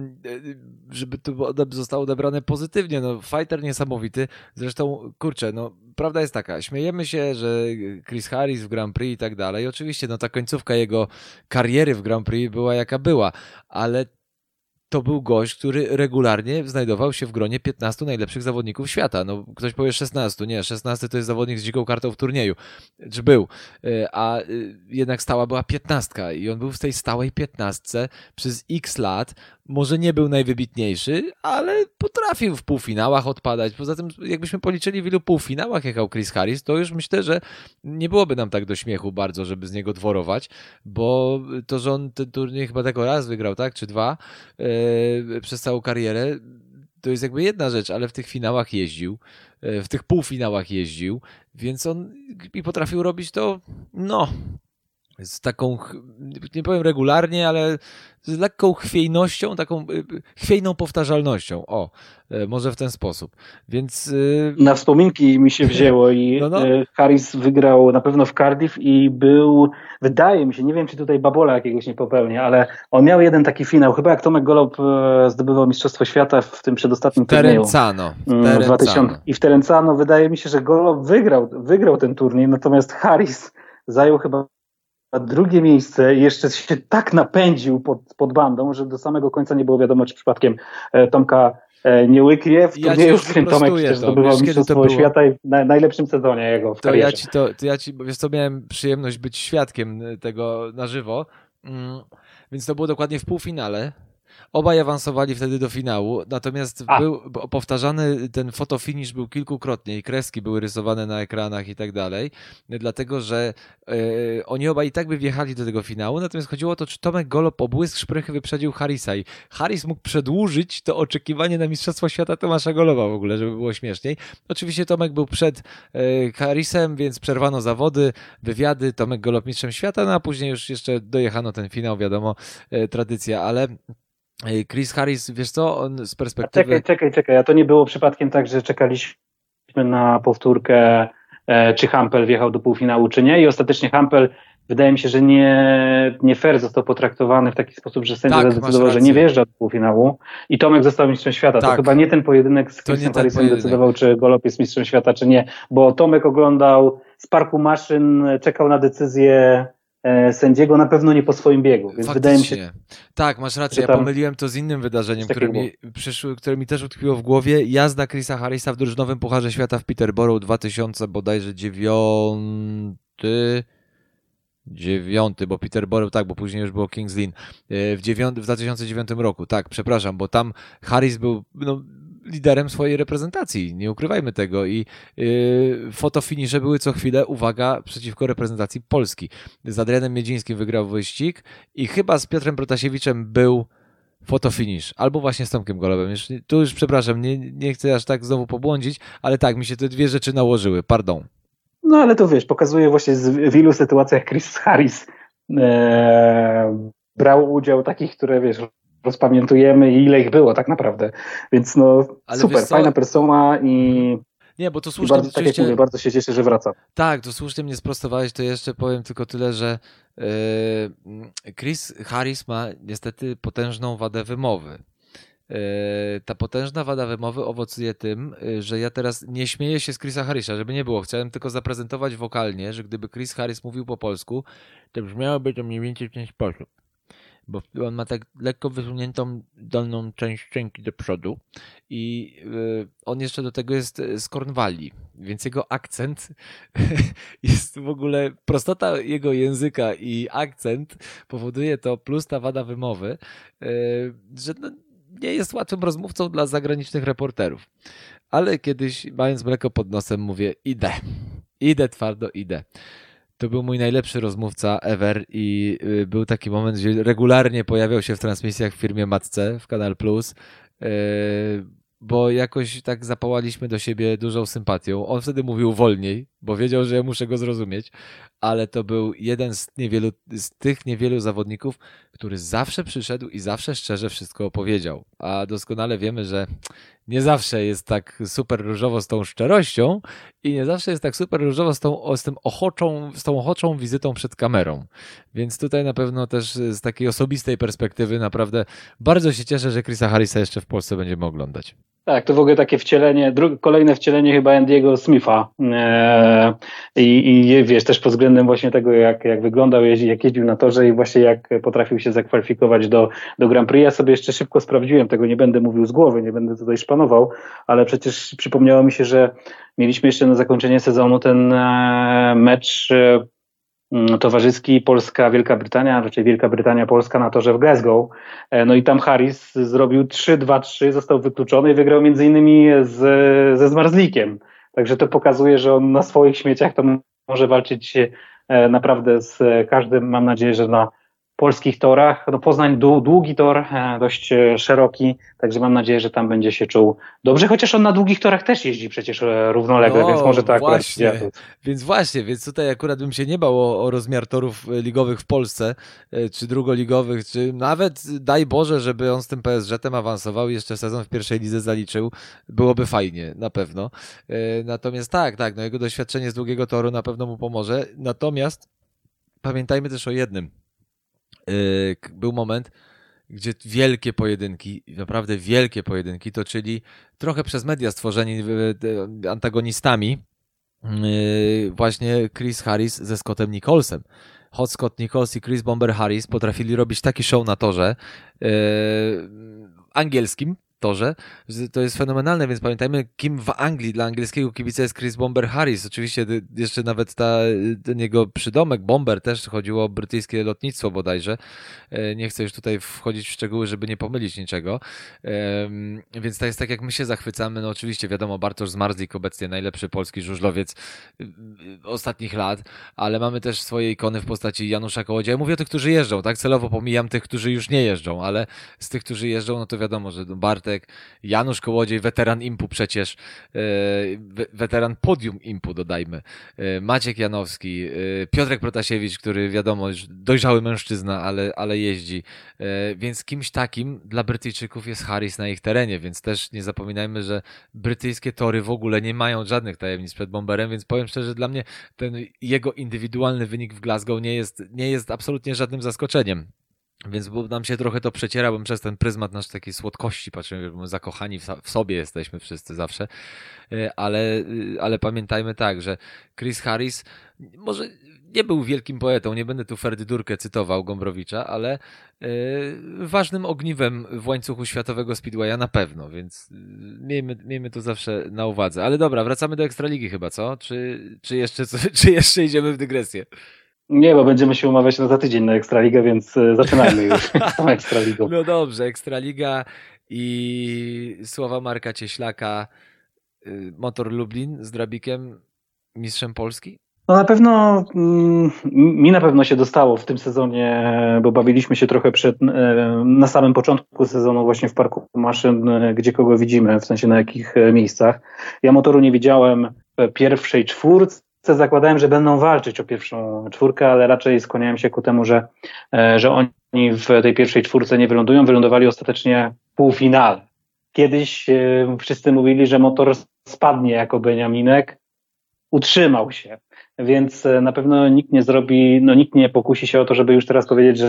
żeby to zostało odebrane pozytywnie. No, fighter niesamowity. Zresztą, kurczę, no, prawda jest taka, śmiejemy się, że Chris Harris w Grand Prix i tak dalej. Oczywiście, no ta końcówka jego kariery w Grand Prix była jaka była, ale to był gość, który regularnie znajdował się w gronie 15 najlepszych zawodników świata. No, ktoś powie 16, nie, 16 to jest zawodnik z dziką kartą w turnieju, czy był, a jednak stała była 15 i on był w tej stałej 15 przez x lat. Może nie był najwybitniejszy, ale potrafił w półfinałach odpadać. Poza tym, jakbyśmy policzyli, w ilu półfinałach jechał Chris Harris, to już myślę, że nie byłoby nam tak do śmiechu bardzo, żeby z niego dworować, bo to, że on ten turniej chyba tylko raz wygrał, tak, czy dwa przez całą karierę, to jest jakby jedna rzecz, ale w tych finałach jeździł, w tych półfinałach jeździł, więc on i potrafił robić to, no, z taką, nie powiem regularnie, ale z lekką chwiejnością, taką chwiejną powtarzalnością. O, może w ten sposób. Więc na wspominki mi się wzięło i Harris wygrał na pewno w Cardiff i był, wydaje mi się, nie wiem czy tutaj babola jakiegoś nie popełnię, ale on miał jeden taki finał, chyba jak Tomek Golob zdobywał Mistrzostwo Świata w tym przedostatnim turnieju. I w Terenzano wydaje mi się, że Golob wygrał ten turniej, natomiast Harris zajął chyba drugie miejsce i jeszcze się tak napędził pod bandą, że do samego końca nie było wiadomo, czy przypadkiem Tomka nie łyknie. W turnieju, w którym Tomek przecież zdobywał Mistrzostwo Świata i w najlepszym sezonie jego w karierze. Wiesz co, miałem przyjemność być świadkiem tego na żywo, więc to było dokładnie w półfinale. Obaj awansowali wtedy do finału, natomiast był powtarzany ten fotofinish był kilkukrotnie i kreski były rysowane na ekranach i tak dalej, dlatego że oni obaj i tak by wjechali do tego finału, natomiast chodziło o to, czy Tomek Golob po błysk szprychy wyprzedził Harrisa i Harris mógł przedłużyć to oczekiwanie na Mistrzostwo Świata Tomasza Goloba w ogóle, żeby było śmieszniej. Oczywiście Tomek był przed Harrisem, więc przerwano zawody, wywiady, Tomek Golob mistrzem świata, no a później już jeszcze dojechano ten finał, wiadomo, tradycja, ale Chris Harris, wiesz co, on z perspektywy... Czekaj, a to nie było przypadkiem tak, że czekaliśmy na powtórkę, czy Hampel wjechał do półfinału, czy nie i ostatecznie Hampel wydaje mi się, że nie fair został potraktowany w taki sposób, że sędzia zadecydował, że nie wjeżdża do półfinału i Tomek został mistrzem świata. To chyba nie ten pojedynek z Chrisem Harrisem decydował, czy Golob jest mistrzem świata, czy nie, bo Tomek oglądał z parku maszyn, czekał na decyzję sędziego, na pewno nie po swoim biegu. Więc wydaje mi się, tak, masz rację. Ja pomyliłem to z innym wydarzeniem, które mi też utkwiło w głowie. Jazda Chrisa Harrisa w drużynowym Pucharze Świata w Peterborough 2009, bo Peterborough, tak, bo później już było Kings Lynn w 2009 roku, tak, przepraszam, bo tam Harris był liderem swojej reprezentacji, nie ukrywajmy tego i fotofinisze były co chwilę, uwaga, przeciwko reprezentacji Polski. Z Adrianem Miedzińskim wygrał wyścig i chyba z Piotrem Protasiewiczem był fotofinish, albo właśnie z Tomkiem Golobem. Tu już przepraszam, nie chcę aż tak znowu pobłądzić, ale tak, mi się te dwie rzeczy nałożyły, pardon. No ale to wiesz, pokazuje właśnie w ilu sytuacjach Chris Harris brał udział takich, które wiesz, rozpamiętujemy i ile ich było tak naprawdę. Więc ale super, fajna persona i nie, bo to słusznie. Bardzo, tak jak mówię, bardzo się cieszę, że wraca. Tak, to słusznie mnie sprostowałeś, to jeszcze powiem tylko tyle, że Chris Harris ma niestety potężną wadę wymowy. Ta potężna wada wymowy owocuje tym, że ja teraz nie śmieję się z Chrisa Harrisa, żeby nie było. Chciałem tylko zaprezentować wokalnie, że gdyby Chris Harris mówił po polsku, to brzmiałoby to mniej więcej w ten sposób. Bo on ma tak lekko wysuniętą dolną część szczęki do przodu i on jeszcze do tego jest z Cornwalli, więc jego akcent jest w ogóle, prostota jego języka i akcent powoduje to, plus ta wada wymowy, że nie jest łatwym rozmówcą dla zagranicznych reporterów. Ale kiedyś, mając mleko pod nosem, mówię, idę twardo, idę. To był mój najlepszy rozmówca ever i był taki moment, gdzie regularnie pojawiał się w transmisjach w firmie Matce w Kanal Plus, bo jakoś tak zapałaliśmy do siebie dużą sympatią. On wtedy mówił wolniej, bo wiedział, że ja muszę go zrozumieć, ale to był jeden z tych niewielu zawodników, który zawsze przyszedł i zawsze szczerze wszystko opowiedział. A doskonale wiemy, że nie zawsze jest tak super różowo z tą szczerością i nie zawsze jest tak super różowo z tą ochoczą wizytą przed kamerą. Więc tutaj na pewno też z takiej osobistej perspektywy naprawdę bardzo się cieszę, że Chrisa Harrisa jeszcze w Polsce będziemy oglądać. Tak, to w ogóle takie wcielenie, kolejne wcielenie chyba Andy'ego Smitha i wiesz, też pod względem właśnie tego, jak wyglądał, jak jeździł na torze i właśnie jak potrafił się zakwalifikować do Grand Prix. Ja sobie jeszcze szybko sprawdziłem, tego nie będę mówił z głowy, nie będę tutaj szpanował, ale przecież przypomniało mi się, że mieliśmy jeszcze na zakończenie sezonu ten mecz towarzyski Polska-Wielka Brytania, raczej Wielka Brytania-Polska na torze w Glasgow. No i tam Harris zrobił 3-2-3, został wykluczony i wygrał między innymi ze Zmarzlikiem. Także to pokazuje, że on na swoich śmieciach to może walczyć naprawdę z każdym. Mam nadzieję, że na polskich torach, Poznań długi tor, dość szeroki, także mam nadzieję, że tam będzie się czuł dobrze, chociaż on na długich torach też jeździ przecież równolegle, więc może to akurat Więc tutaj akurat bym się nie bał o rozmiar torów ligowych w Polsce, czy drugoligowych, czy nawet daj Boże, żeby on z tym PSG-tem awansował i jeszcze sezon w pierwszej lidze zaliczył, byłoby fajnie, na pewno. Natomiast tak, jego doświadczenie z długiego toru na pewno mu pomoże, natomiast pamiętajmy też o jednym. Był moment, gdzie wielkie pojedynki, naprawdę wielkie pojedynki toczyli trochę przez media stworzeni antagonistami właśnie Chris Harris ze Scottem Nicholsem. Hot Scott Nichols i Chris Bomber Harris potrafili robić taki show na torze angielskim torze. To jest fenomenalne, więc pamiętajmy, kim w Anglii dla angielskiego kibica jest Chris Bomber Harris. Oczywiście jeszcze nawet ten jego przydomek Bomber też chodziło o brytyjskie lotnictwo bodajże. Nie chcę już tutaj wchodzić w szczegóły, żeby nie pomylić niczego. Więc to jest tak, jak my się zachwycamy. No oczywiście wiadomo, Bartosz Zmarzlik obecnie najlepszy polski żużlowiec ostatnich lat, ale mamy też swoje ikony w postaci Janusza Kołodzieja. Mówię o tych, którzy jeżdżą, tak? Celowo pomijam tych, którzy już nie jeżdżą, ale z tych, którzy jeżdżą, no to wiadomo, że Bartek Bartek, Janusz Kołodziej, weteran Impu przecież, weteran podium Impu dodajmy, Maciek Janowski, Piotrek Protasiewicz, który wiadomo, już dojrzały mężczyzna, ale jeździ, więc kimś takim dla Brytyjczyków jest Harris na ich terenie, więc też nie zapominajmy, że brytyjskie tory w ogóle nie mają żadnych tajemnic przed Bomberem, więc powiem szczerze, dla mnie ten jego indywidualny wynik w Glasgow nie jest absolutnie żadnym zaskoczeniem. Więc bo nam się trochę to przeciera, bo przez ten pryzmat nasz takiej słodkości patrzymy, bo zakochani w sobie jesteśmy wszyscy zawsze, ale pamiętajmy tak, że Chris Harris może nie był wielkim poetą, nie będę tu Ferdy Durkę cytował Gombrowicza, ale ważnym ogniwem w łańcuchu światowego Speedwaya na pewno, więc miejmy to zawsze na uwadze. Ale dobra, wracamy do Ekstraligi chyba, co? Czy jeszcze idziemy w dygresję? Nie, bo będziemy się umawiać za tydzień na Ekstraligę, więc zaczynajmy już z tą Ekstraligą. No dobrze, Ekstraliga i słowa Marka Cieślaka, Motor Lublin z Drabikiem, mistrzem Polski? No na pewno, mi na pewno się dostało w tym sezonie, bo bawiliśmy się trochę na samym początku sezonu właśnie w Parku Maszyn, gdzie kogo widzimy, w sensie na jakich miejscach. Ja Motoru nie widziałem w pierwszej czwórce, zakładałem, że będą walczyć o pierwszą czwórkę, ale raczej skłaniałem się ku temu, że oni w tej pierwszej czwórce nie wylądują. Wylądowali ostatecznie w półfinale. Kiedyś wszyscy mówili, że Motor spadnie jako Beniaminek. Utrzymał się, więc na pewno nikt nie pokusi się o to, żeby już teraz powiedzieć,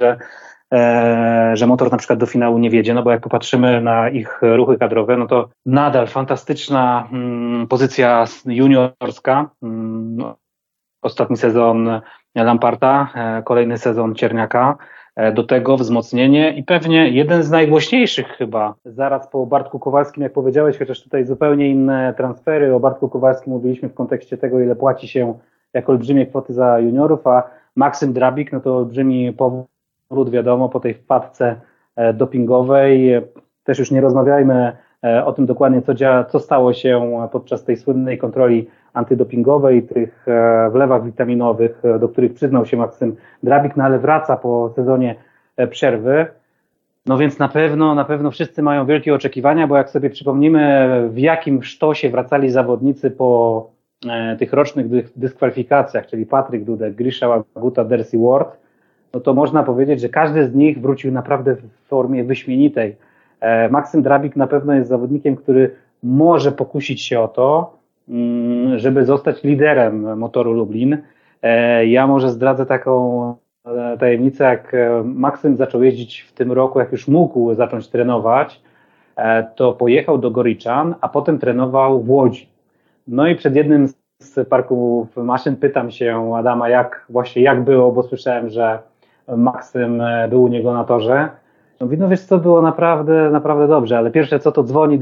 że Motor na przykład do finału nie wiedzie, no bo jak popatrzymy na ich ruchy kadrowe, no to nadal fantastyczna pozycja juniorska. Ostatni sezon Lamparta, kolejny sezon Cierniaka, do tego wzmocnienie i pewnie jeden z najgłośniejszych chyba, zaraz po Bartku Kowalskim, jak powiedziałeś, chociaż tutaj zupełnie inne transfery. O Bartku Kowalskim mówiliśmy w kontekście tego, ile płaci się jako olbrzymie kwoty za juniorów, a Maksym Drabik, no to olbrzymi powrót, wiadomo, po tej wpadce dopingowej. Też już nie rozmawiajmy o tym dokładnie, co stało się podczas tej słynnej kontroli antydopingowej, tych wlewach witaminowych, do których przyznał się Maksym Drabik, no ale wraca po sezonie przerwy. No więc na pewno wszyscy mają wielkie oczekiwania, bo jak sobie przypomnimy, w jakim sztosie wracali zawodnicy po tych rocznych dyskwalifikacjach, czyli Patryk Dudek, Grisha Łaguta, Dercy Ward, no to można powiedzieć, że każdy z nich wrócił naprawdę w formie wyśmienitej. Maksym Drabik na pewno jest zawodnikiem, który może pokusić się o to, żeby zostać liderem Motoru Lublin. Ja może zdradzę taką tajemnicę, jak Maksym zaczął jeździć w tym roku, jak już mógł zacząć trenować, to pojechał do Goriczan, a potem trenował w Łodzi. No i przed jednym z parków maszyn pytam się Adama, jak było, bo słyszałem, że Maksym był u niego na torze. Mówi, no wiesz co, było naprawdę, naprawdę dobrze, ale pierwsze co, to dzwoni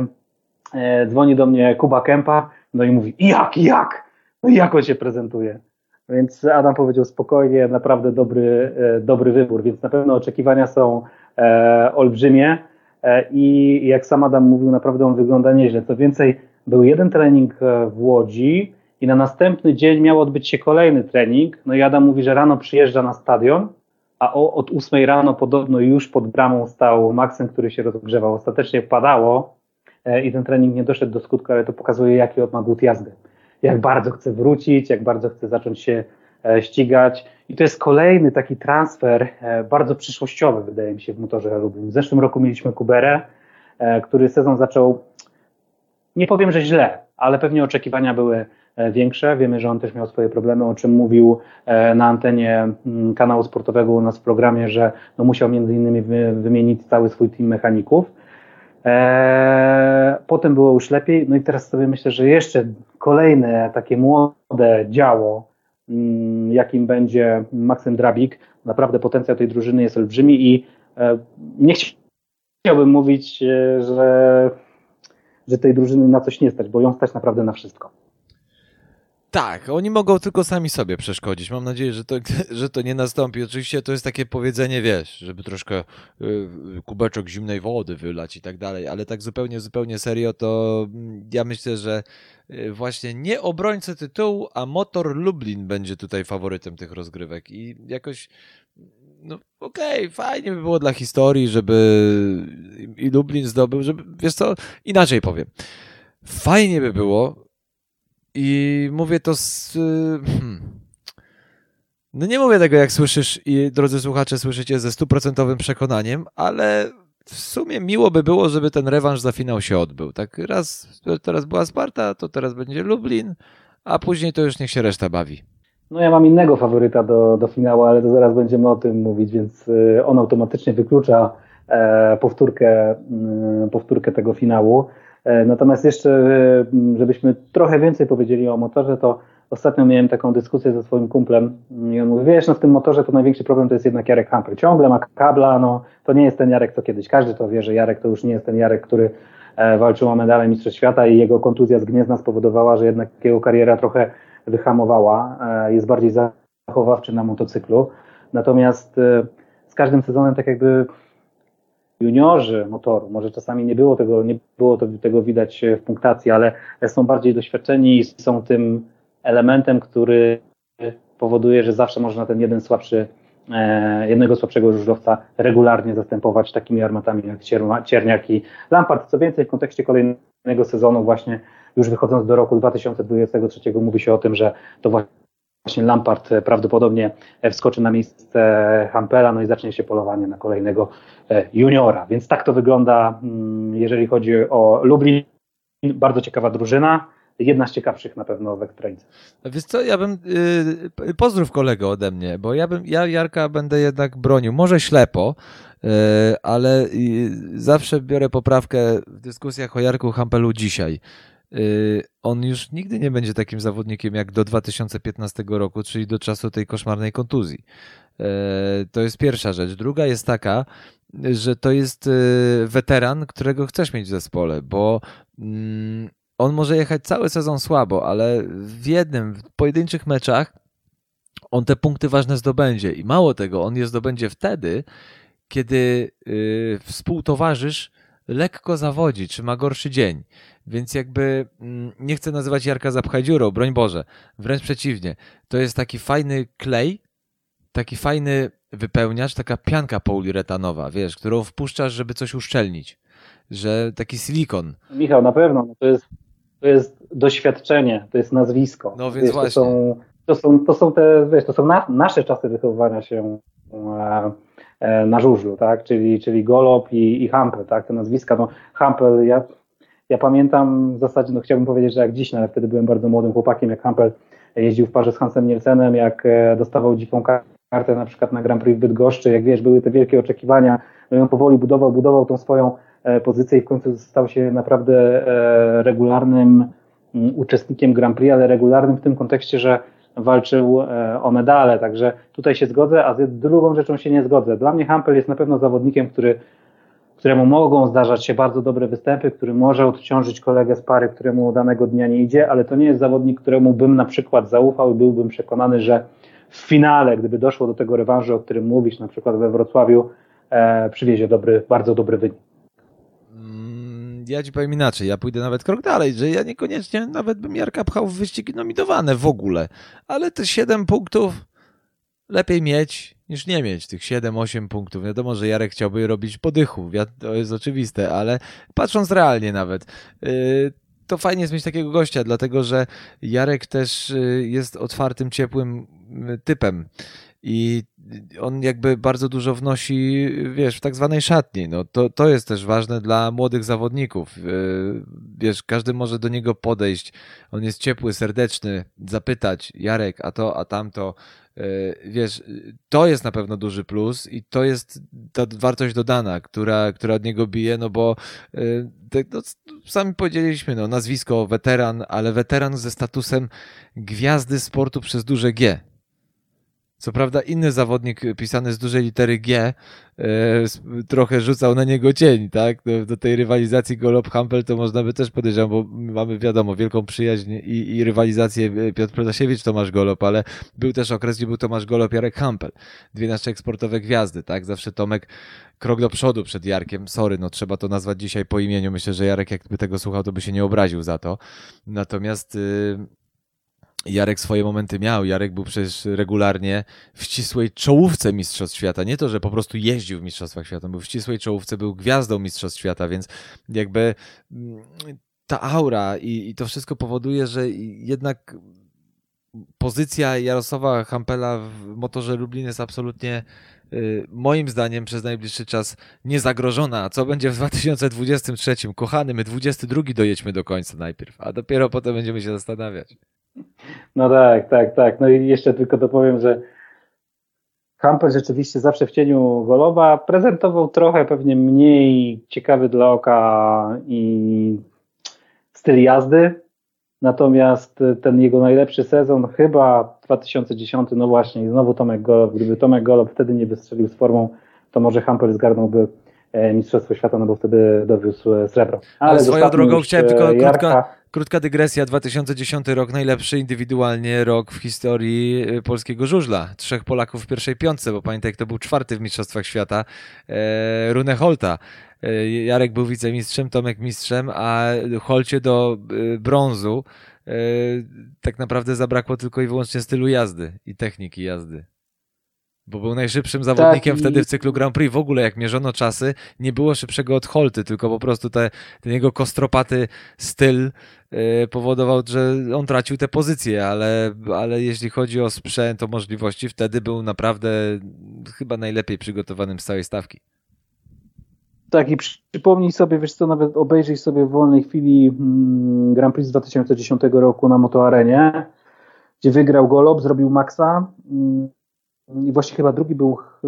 do mnie Kuba Kępa, no i mówi, jak? No i jak on się prezentuje? Więc Adam powiedział spokojnie, naprawdę dobry wybór, więc na pewno oczekiwania są olbrzymie i jak sam Adam mówił, naprawdę on wygląda nieźle. Co więcej, był jeden trening w Łodzi i na następny dzień miał odbyć się kolejny trening, no i Adam mówi, że rano przyjeżdża na stadion, a od 8 rano podobno już pod bramą stał Maksym, który się rozgrzewał. Ostatecznie padało i ten trening nie doszedł do skutku, ale to pokazuje, jaki on ma głód jazdy. Jak bardzo chce wrócić, jak bardzo chce zacząć się ścigać. I to jest kolejny taki transfer bardzo przyszłościowy, wydaje mi się, w Motorze Lublin. W zeszłym roku mieliśmy Kuberę, który sezon zaczął, nie powiem, że źle, ale pewnie oczekiwania były większe. Wiemy, że on też miał swoje problemy, o czym mówił na antenie kanału sportowego u nas w programie, że no musiał między innymi wymienić cały swój team mechaników. Potem było już lepiej, no i teraz sobie myślę, że jeszcze kolejne takie młode działo, jakim będzie Maksym Drabik, naprawdę potencjał tej drużyny jest olbrzymi i nie chciałbym mówić, że tej drużyny na coś nie stać, bo ją stać naprawdę na wszystko. Tak, oni mogą tylko sami sobie przeszkodzić. Mam nadzieję, że to nie nastąpi. Oczywiście to jest takie powiedzenie, wiesz, żeby troszkę kubeczek zimnej wody wylać i tak dalej, ale tak zupełnie serio, to ja myślę, że właśnie nie obrońca tytułu, a Motor Lublin będzie tutaj faworytem tych rozgrywek i jakoś no okej, fajnie by było dla historii, żeby i Lublin zdobył, żeby, wiesz co, inaczej powiem. Fajnie by było i mówię to no nie mówię tego, jak słyszysz i drodzy słuchacze, słyszycie ze 100% przekonaniem, ale w sumie miło by było, żeby ten rewanż za finał się odbył. Tak raz, teraz była Sparta, to teraz będzie Lublin, a później to już niech się reszta bawi. No ja mam innego faworyta do finału, ale to zaraz będziemy o tym mówić, więc on automatycznie wyklucza powtórkę tego finału. Natomiast jeszcze, żebyśmy trochę więcej powiedzieli o motorze, to ostatnio miałem taką dyskusję ze swoim kumplem i on mówi, wiesz, no w tym motorze to największy problem to jest jednak Jarek Hampel. Ciągle ma kabla, no to nie jest ten Jarek co kiedyś. Każdy to wie, że Jarek to już nie jest ten Jarek, który walczył o medale Mistrzostw Świata i jego kontuzja z Gniezna spowodowała, że jednak jego kariera trochę wyhamowała. Jest bardziej zachowawczy na motocyklu. Natomiast z każdym sezonem tak jakby juniorzy motoru, może czasami nie było tego widać w punktacji, ale są bardziej doświadczeni i są tym elementem, który powoduje, że zawsze można ten jednego słabszego żużlowca regularnie zastępować takimi armatami jak Cierniak i Lampard. Co więcej, w kontekście kolejnego sezonu właśnie już wychodząc do roku 2023 mówi się o tym, że to właśnie Lampard prawdopodobnie wskoczy na miejsce Hampela, no i zacznie się polowanie na kolejnego juniora. Więc tak to wygląda, jeżeli chodzi o Lublin. Bardzo ciekawa drużyna. Jedna z ciekawszych na pewno w Ekstralidze. Wiesz co, ja bym, pozdrów kolego ode mnie, bo ja Jarka będę jednak bronił, może ślepo, ale zawsze biorę poprawkę w dyskusjach o Jarku Hampelu dzisiaj. On już nigdy nie będzie takim zawodnikiem jak do 2015 roku, czyli do czasu tej koszmarnej kontuzji. To jest pierwsza rzecz. Druga jest taka, że to jest weteran, którego chcesz mieć w zespole, bo on może jechać cały sezon słabo, ale w pojedynczych meczach on te punkty ważne zdobędzie i mało tego, on je zdobędzie wtedy, kiedy współtowarzysz lekko zawodzi, czy ma gorszy dzień. Więc jakby nie chcę nazywać Jarka zapchajdziurą, broń Boże. Wręcz przeciwnie. To jest taki fajny klej, taki fajny wypełniacz, taka pianka poliuretanowa, wiesz, którą wpuszczasz, żeby coś uszczelnić. Że taki silikon. Michał, na pewno. No to jest doświadczenie, to jest nazwisko. No więc wiesz, właśnie. To są nasze czasy wychowywania się na żużlu, tak? Czyli Golob i Hampel, tak? Te nazwiska. No, Hampel, ja pamiętam w zasadzie, no chciałbym powiedzieć, że jak dziś, ale wtedy byłem bardzo młodym chłopakiem, jak Hampel jeździł w parze z Hansem Nielsenem, jak dostawał dziką kartę na przykład na Grand Prix w Bydgoszczy, jak wiesz, były te wielkie oczekiwania, no i on powoli budował tą swoją pozycję i w końcu stał się naprawdę regularnym uczestnikiem Grand Prix, ale regularnym w tym kontekście, że walczył o medale, także tutaj się zgodzę, a z drugą rzeczą się nie zgodzę. Dla mnie Hampel jest na pewno zawodnikiem, któremu mogą zdarzać się bardzo dobre występy, który może odciążyć kolegę z pary, któremu danego dnia nie idzie, ale to nie jest zawodnik, któremu bym na przykład zaufał i byłbym przekonany, że w finale, gdyby doszło do tego rewanżu, o którym mówisz, na przykład we Wrocławiu, przywiezie bardzo dobry wynik. Ja ci powiem inaczej, ja pójdę nawet krok dalej, że ja niekoniecznie nawet bym Jarka pchał w wyścigi nominowane w ogóle, ale te 7 punktów lepiej mieć niż nie mieć, tych 7-8 punktów. Wiadomo, że Jarek chciałby robić po dychu, to jest oczywiste, ale patrząc realnie nawet, to fajnie jest mieć takiego gościa, dlatego że Jarek też jest otwartym, ciepłym typem i on jakby bardzo dużo wnosi, wiesz, w tak zwanej szatni. No to jest też ważne dla młodych zawodników. Wiesz, każdy może do niego podejść. On jest ciepły, serdeczny, zapytać Jarek, a to, a tamto. Wiesz, to jest na pewno duży plus i to jest ta wartość dodana, która od niego bije, no bo no, sami powiedzieliśmy, no, nazwisko weteran, ale weteran ze statusem gwiazdy sportu przez duże G. Co prawda inny zawodnik pisany z dużej litery G trochę rzucał na niego cień, tak? Do tej rywalizacji Golob-Hampel to można by też podejrzeć, bo mamy wiadomo wielką przyjaźń i rywalizację Piotr Protasiewicz, Tomasz Golob, ale był też okres, gdzie był Tomasz Golob, Jarek Hampel. Dwie nasze eksportowe gwiazdy, tak? Zawsze Tomek krok do przodu przed Jarkiem. Sorry, no trzeba to nazwać dzisiaj po imieniu. Myślę, że Jarek jakby tego słuchał, to by się nie obraził za to. Natomiast Jarek swoje momenty miał. Jarek był przecież regularnie w ścisłej czołówce Mistrzostw Świata. Nie to, że po prostu jeździł w Mistrzostwach Świata. Był w ścisłej czołówce, był gwiazdą Mistrzostw Świata, więc jakby ta aura i to wszystko powoduje, że jednak pozycja Jarosława Hampela w motorze Lublin jest absolutnie moim zdaniem przez najbliższy czas niezagrożona. A co będzie w 2023? Kochany, my 22 dojedźmy do końca najpierw, a dopiero potem będziemy się zastanawiać. No tak. No i jeszcze tylko dopowiem, że Hampel rzeczywiście zawsze w cieniu Goloba prezentował trochę pewnie mniej ciekawy dla oka i styl jazdy, natomiast ten jego najlepszy sezon chyba 2010, no właśnie i znowu Tomek Golob, gdyby Tomek Golob wtedy nie wystrzelił z formą, to może Hampel zgarnąłby Mistrzostwo Świata, no bo wtedy dowiózł srebro. Ale swoją drogą chciałem tylko krótka dygresja. 2010 rok, najlepszy indywidualnie rok w historii polskiego żużla. 3 Polaków w pierwszej piątce, bo pamiętaj, kto był 4 w Mistrzostwach Świata, Rune Holta. Jarek był wicemistrzem, Tomek mistrzem, a Holcie do brązu tak naprawdę zabrakło tylko i wyłącznie stylu jazdy i techniki jazdy. Bo był najszybszym zawodnikiem wtedy w cyklu Grand Prix. W ogóle jak mierzono czasy, nie było szybszego od Holty, tylko po prostu ten jego kostropaty styl powodował, że on tracił te pozycje, ale jeśli chodzi o sprzęt, o możliwości, wtedy był naprawdę chyba najlepiej przygotowanym z całej stawki. Tak, i przypomnij sobie, wiesz co, nawet obejrzyj sobie w wolnej chwili Grand Prix z 2010 roku na Motoarenie, gdzie wygrał Golob, zrobił maksa. I właśnie chyba drugi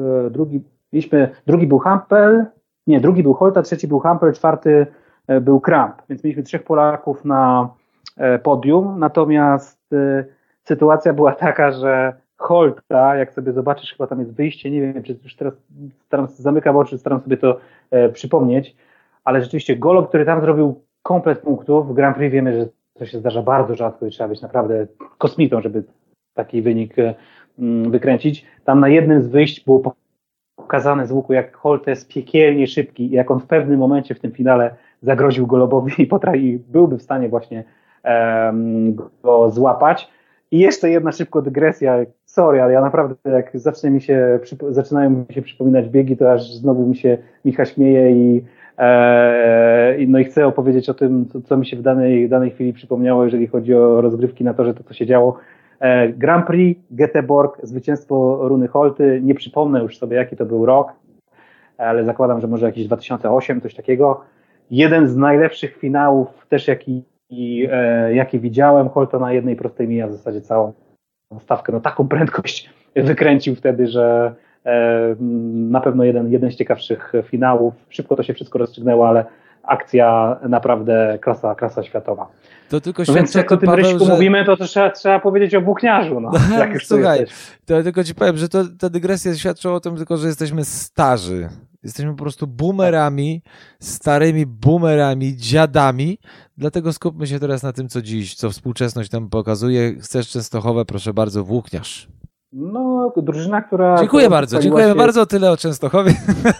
był Hampel, nie, drugi był Holta, trzeci był Hampel, czwarty był Kramp, więc mieliśmy 3 Polaków na podium, natomiast sytuacja była taka, że Holta, jak sobie zobaczysz, chyba tam jest wyjście, nie wiem, czy już teraz zamykam oczy, staram sobie to przypomnieć, ale rzeczywiście Golob, który tam zrobił komplet punktów, w Grand Prix wiemy, że to się zdarza bardzo rzadko i trzeba być naprawdę kosmitą, żeby taki wynik wykręcić. Tam na jednym z wyjść było pokazane z łuku, jak Holt jest piekielnie szybki i jak on w pewnym momencie w tym finale zagroził Golobowi i byłby w stanie właśnie go złapać. I jeszcze jedna szybko dygresja, sorry, ale ja naprawdę jak zaczynają mi się przypominać biegi, to aż znowu Micha śmieje no i chcę opowiedzieć o tym, co mi się w danej chwili przypomniało, jeżeli chodzi o rozgrywki na torze, to co się działo. Grand Prix, Göteborg, zwycięstwo Runy Holty, nie przypomnę już sobie jaki to był rok, ale zakładam, że może jakiś 2008, coś takiego. Jeden z najlepszych finałów też jaki widziałem, Holta na jednej prostej mija w zasadzie całą stawkę, no taką prędkość wykręcił wtedy, że na pewno jeden z ciekawszych finałów. Szybko to się wszystko rozstrzygnęło, ale akcja naprawdę klasa światowa. To tylko no więc jak o tym Ryśku mówimy, to trzeba powiedzieć o Buchniarzu. No, słuchaj, to tylko ci powiem, że ta dygresja świadczy o tym tylko, że jesteśmy starzy. Jesteśmy po prostu boomerami, starymi boomerami, dziadami. Dlatego skupmy się teraz na tym, co współczesność nam pokazuje. Chcesz Częstochowę, proszę bardzo, Włókniarz. No, drużyna, która... Dziękuję bardzo, dziękujemy bardzo. Tyle o Częstochowie.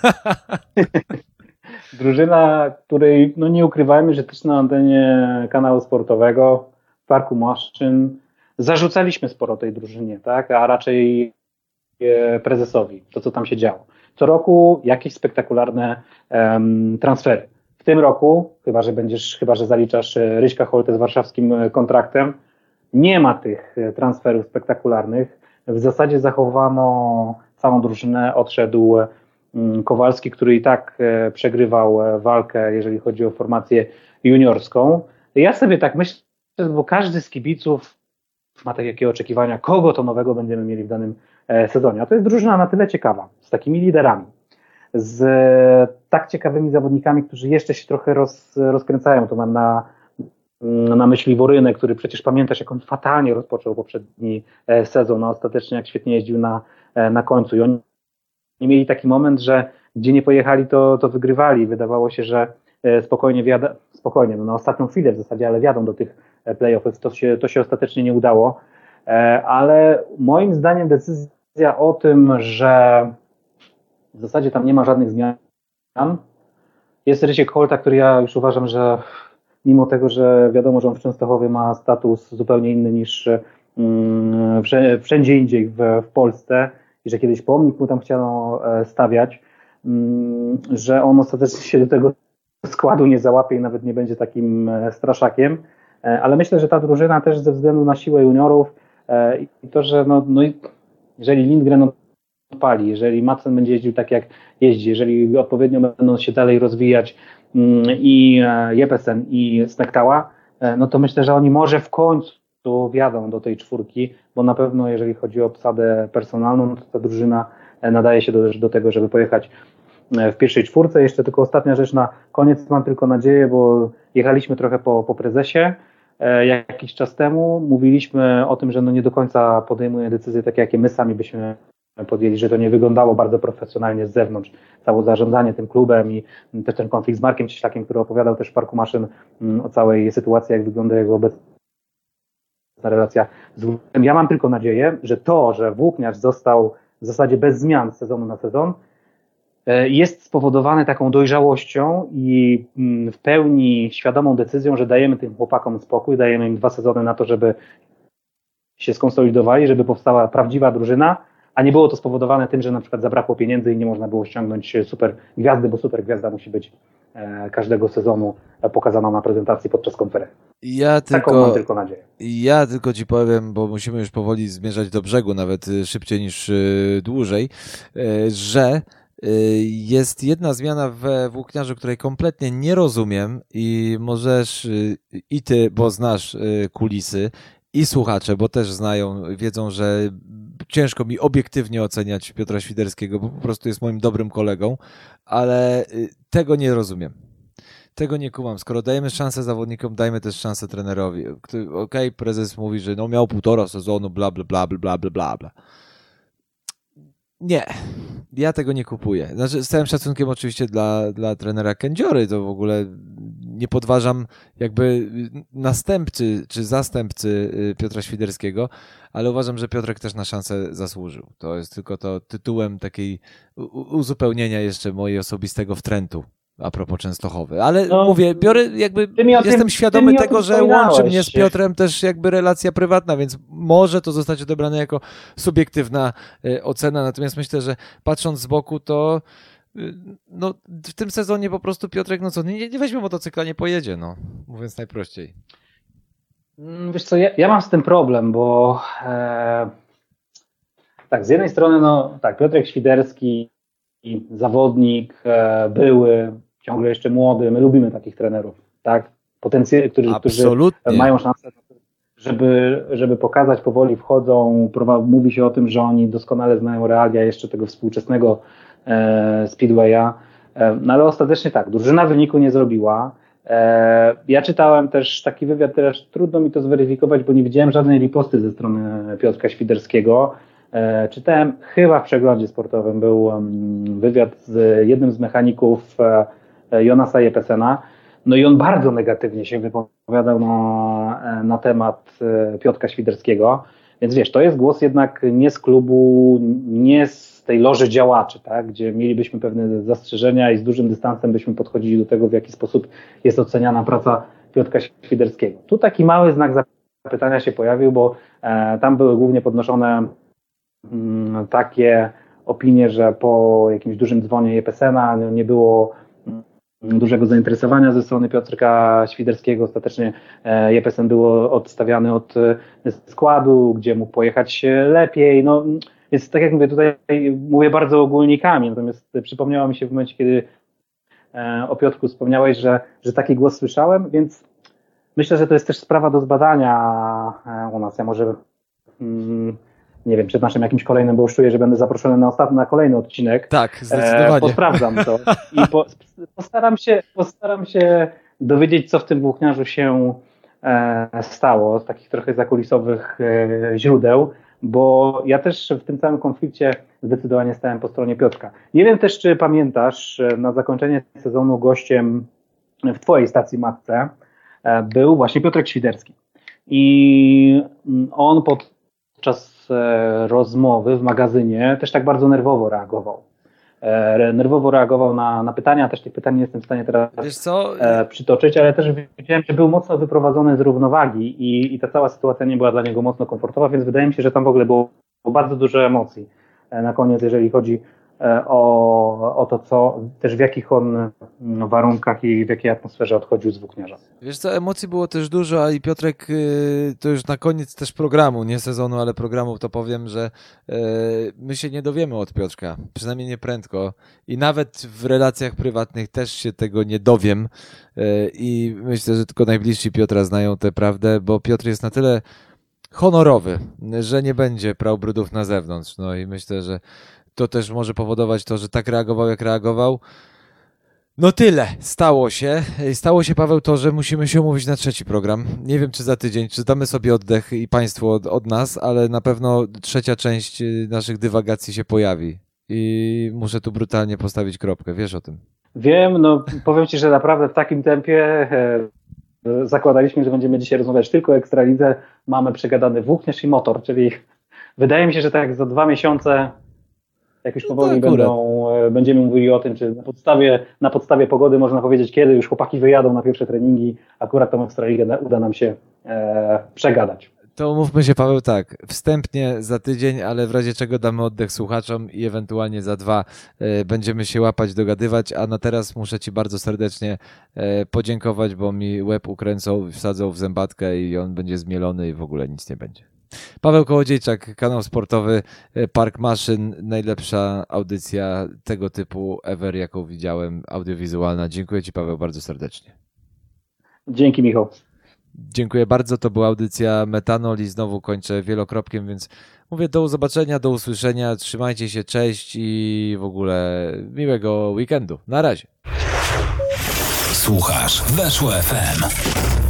Drużyna, której, no nie ukrywajmy, że też na antenie kanału sportowego w Parku Maszczyn zarzucaliśmy sporo tej drużynie, tak? A raczej prezesowi, to co tam się działo. Co roku jakieś spektakularne transfery. W tym roku, chyba że zaliczasz Ryśka Holtę z warszawskim kontraktem, nie ma tych transferów spektakularnych. W zasadzie zachowano całą drużynę, odszedł Kowalski, który i tak przegrywał walkę, jeżeli chodzi o formację juniorską. Ja sobie tak myślę, bo każdy z kibiców ma takie oczekiwania, kogo to nowego będziemy mieli w danym sezonie. A to jest drużyna na tyle ciekawa, z takimi liderami, z tak ciekawymi zawodnikami, którzy jeszcze się trochę rozkręcają. To mam na myśli Worynę, który przecież pamiętasz, jak on fatalnie rozpoczął poprzedni sezon, a ostatecznie jak świetnie jeździł na końcu. I oni mieli taki moment, że gdzie nie pojechali, to wygrywali. Wydawało się, że spokojnie, no na ostatnią chwilę w zasadzie, ale wjadą do tych play-offów. To się ostatecznie nie udało. Ale moim zdaniem decyzja o tym, że w zasadzie tam nie ma żadnych zmian, jest Rysiek Holta, który ja już uważam, że mimo tego, że wiadomo, że on w Częstochowie ma status zupełnie inny niż wszędzie indziej w Polsce i że kiedyś pomnik mu tam chciano stawiać, że on ostatecznie się do tego składu nie załapie i nawet nie będzie takim straszakiem, ale myślę, że ta drużyna też ze względu na siłę juniorów i to, że jeżeli Lindgren odpali, jeżeli Madsen będzie jeździł tak jak jeździ, jeżeli odpowiednio będą się dalej rozwijać i Jeppesen i Smektała, no to myślę, że oni może w końcu wjadą do tej czwórki, bo na pewno jeżeli chodzi o obsadę personalną, to ta drużyna nadaje się do tego, żeby pojechać w pierwszej czwórce. Jeszcze tylko ostatnia rzecz na koniec, mam tylko nadzieję, bo jechaliśmy trochę po prezesie jakiś czas temu, mówiliśmy o tym, że nie do końca podejmuje decyzje takie, jakie my sami byśmy podjęli, że to nie wyglądało bardzo profesjonalnie z zewnątrz, całe zarządzanie tym klubem i też ten konflikt z Markiem Cieślakiem, który opowiadał też w Parku Maszyn o całej sytuacji, jak wygląda jego obecna relacja z Włókniarzem. Ja mam tylko nadzieję, że to, że Włókniarz został w zasadzie bez zmian z sezonu na sezon, jest spowodowane taką dojrzałością i w pełni świadomą decyzją, że dajemy tym chłopakom spokój, dajemy im 2 sezony na to, żeby się skonsolidowali, żeby powstała prawdziwa drużyna, a nie było to spowodowane tym, że na przykład zabrakło pieniędzy i nie można było ściągnąć super gwiazdy, bo super gwiazda musi być każdego sezonu pokazana na prezentacji podczas konferencji. Taką mam tylko nadzieję. Ja tylko ci powiem, bo musimy już powoli zmierzać do brzegu, nawet szybciej niż dłużej, że jest jedna zmiana we Włókniarzu, której kompletnie nie rozumiem i możesz i ty, bo znasz kulisy, i słuchacze, bo też znają, wiedzą, że ciężko mi obiektywnie oceniać Piotra Świderskiego, bo po prostu jest moim dobrym kolegą, ale tego nie rozumiem. Tego nie kumam. Skoro dajemy szansę zawodnikom, dajmy też szansę trenerowi. Okej, prezes mówi, że miał 1,5 sezonu, bla, bla, bla, bla, bla, bla, bla. Nie, ja tego nie kupuję. Znaczy, z całym szacunkiem oczywiście dla trenera Kędziory, to w ogóle nie podważam jakby następcy czy zastępcy Piotra Świderskiego, ale uważam, że Piotrek też na szansę zasłużył. To jest tylko to tytułem takiej uzupełnienia jeszcze mojej osobistego wtrętu a propos Częstochowy. Ale mówię, biorę jakby, jestem świadomy tego, że łączy mnie z Piotrem też jakby relacja prywatna, więc może to zostać odebrane jako subiektywna ocena, natomiast myślę, że patrząc z boku, to w tym sezonie po prostu Piotrek, nie weźmie motocykla, nie pojedzie, mówiąc najprościej. Wiesz co, ja mam z tym problem, bo tak, z jednej strony, Piotrek Świderski, zawodnik, były, ciągle jeszcze młody, my lubimy takich trenerów, tak? Którzy mają szansę, żeby pokazać, powoli wchodzą, mówi się o tym, że oni doskonale znają realia jeszcze tego współczesnego speedwaya, ale ostatecznie tak, drużyna wyniku nie zrobiła. Ja czytałem też taki wywiad, teraz trudno mi to zweryfikować, bo nie widziałem żadnej riposty ze strony Piotrka Świderskiego. Czytałem, chyba w przeglądzie sportowym był wywiad z jednym z mechaników Jonasa Jeppesena, i on bardzo negatywnie się wypowiadał na temat Piotra Świderskiego, więc wiesz, to jest głos jednak nie z klubu, nie z tej loży działaczy, tak, gdzie mielibyśmy pewne zastrzeżenia i z dużym dystansem byśmy podchodzili do tego, w jaki sposób jest oceniana praca Piotra Świderskiego. Tu taki mały znak zapytania się pojawił, bo tam były głównie podnoszone takie opinie, że po jakimś dużym dzwonie Jeppesena nie było dużego zainteresowania ze strony Piotrka Świderskiego. Ostatecznie Jeppesen był odstawiany od składu, gdzie mógł pojechać lepiej. Więc tak jak mówię, tutaj mówię bardzo ogólnikami, natomiast przypomniało mi się w momencie, kiedy o Piotrku wspomniałeś, że taki głos słyszałem, więc myślę, że to jest też sprawa do zbadania u nas. Ja może nie wiem, przed naszym jakimś kolejnym, bo już czuję, że będę zaproszony na kolejny odcinek. Tak, zdecydowanie. Posprawdzam to i postaram się dowiedzieć, co w tym Włókniarzu się stało, z takich trochę zakulisowych źródeł, bo ja też w tym całym konflikcie zdecydowanie stałem po stronie Piotrka. Nie wiem też, czy pamiętasz, na zakończenie sezonu gościem w twojej stacji matce był właśnie Piotrek Świderski. I on podczas rozmowy w magazynie też tak bardzo nerwowo reagował. nerwowo reagował na pytania, też tych pytań nie jestem w stanie teraz przytoczyć, ale też widziałem, że był mocno wyprowadzony z równowagi i ta cała sytuacja nie była dla niego mocno komfortowa, więc wydaje mi się, że tam w ogóle było bardzo dużo emocji na koniec, jeżeli chodzi o to, co też w jakich on warunkach i w jakiej atmosferze odchodził z włókniarza. Wiesz co, emocji było też dużo, a i Piotrek, to już na koniec też programu, nie sezonu, ale programu, to powiem, że my się nie dowiemy od Piotrka, przynajmniej nie prędko i nawet w relacjach prywatnych też się tego nie dowiem i myślę, że tylko najbliżsi Piotra znają tę prawdę, bo Piotr jest na tyle honorowy, że nie będzie prał brudów na zewnątrz, no i myślę, że to też może powodować to, że tak reagował, jak reagował. No tyle. Stało się. Stało się, Paweł, to, że musimy się umówić na trzeci program. Nie wiem, czy za tydzień, czy damy sobie oddech i Państwu od nas, ale na pewno trzecia część naszych dywagacji się pojawi. I muszę tu brutalnie postawić kropkę. Wiesz o tym? Wiem, no powiem Ci, że naprawdę w takim tempie zakładaliśmy, że będziemy dzisiaj rozmawiać tylko o Ekstralidze. Mamy przegadany włókniarz i motor, czyli wydaje mi się, że tak za 2 miesiące jak już powoli będziemy mówili o tym, czy na podstawie pogody można powiedzieć, kiedy już chłopaki wyjadą na pierwsze treningi, akurat tą Ekstraligę uda nam się przegadać. To umówmy się, Paweł, tak, wstępnie za tydzień, ale w razie czego damy oddech słuchaczom i ewentualnie za 2 będziemy się łapać, dogadywać, a na teraz muszę Ci bardzo serdecznie podziękować, bo mi łeb ukręcą, wsadzą w zębatkę i on będzie zmielony i w ogóle nic nie będzie. Paweł Kołodziejczak, kanał sportowy Park Maszyn, najlepsza audycja tego typu ever, jaką widziałem, audiowizualna. Dziękuję Ci, Paweł, bardzo serdecznie. Dzięki, Michał. Dziękuję bardzo, to była audycja Metanol i znowu kończę wielokropkiem, więc mówię do zobaczenia, do usłyszenia, trzymajcie się, cześć i w ogóle miłego weekendu. Na razie. Słuchasz Weszło FM.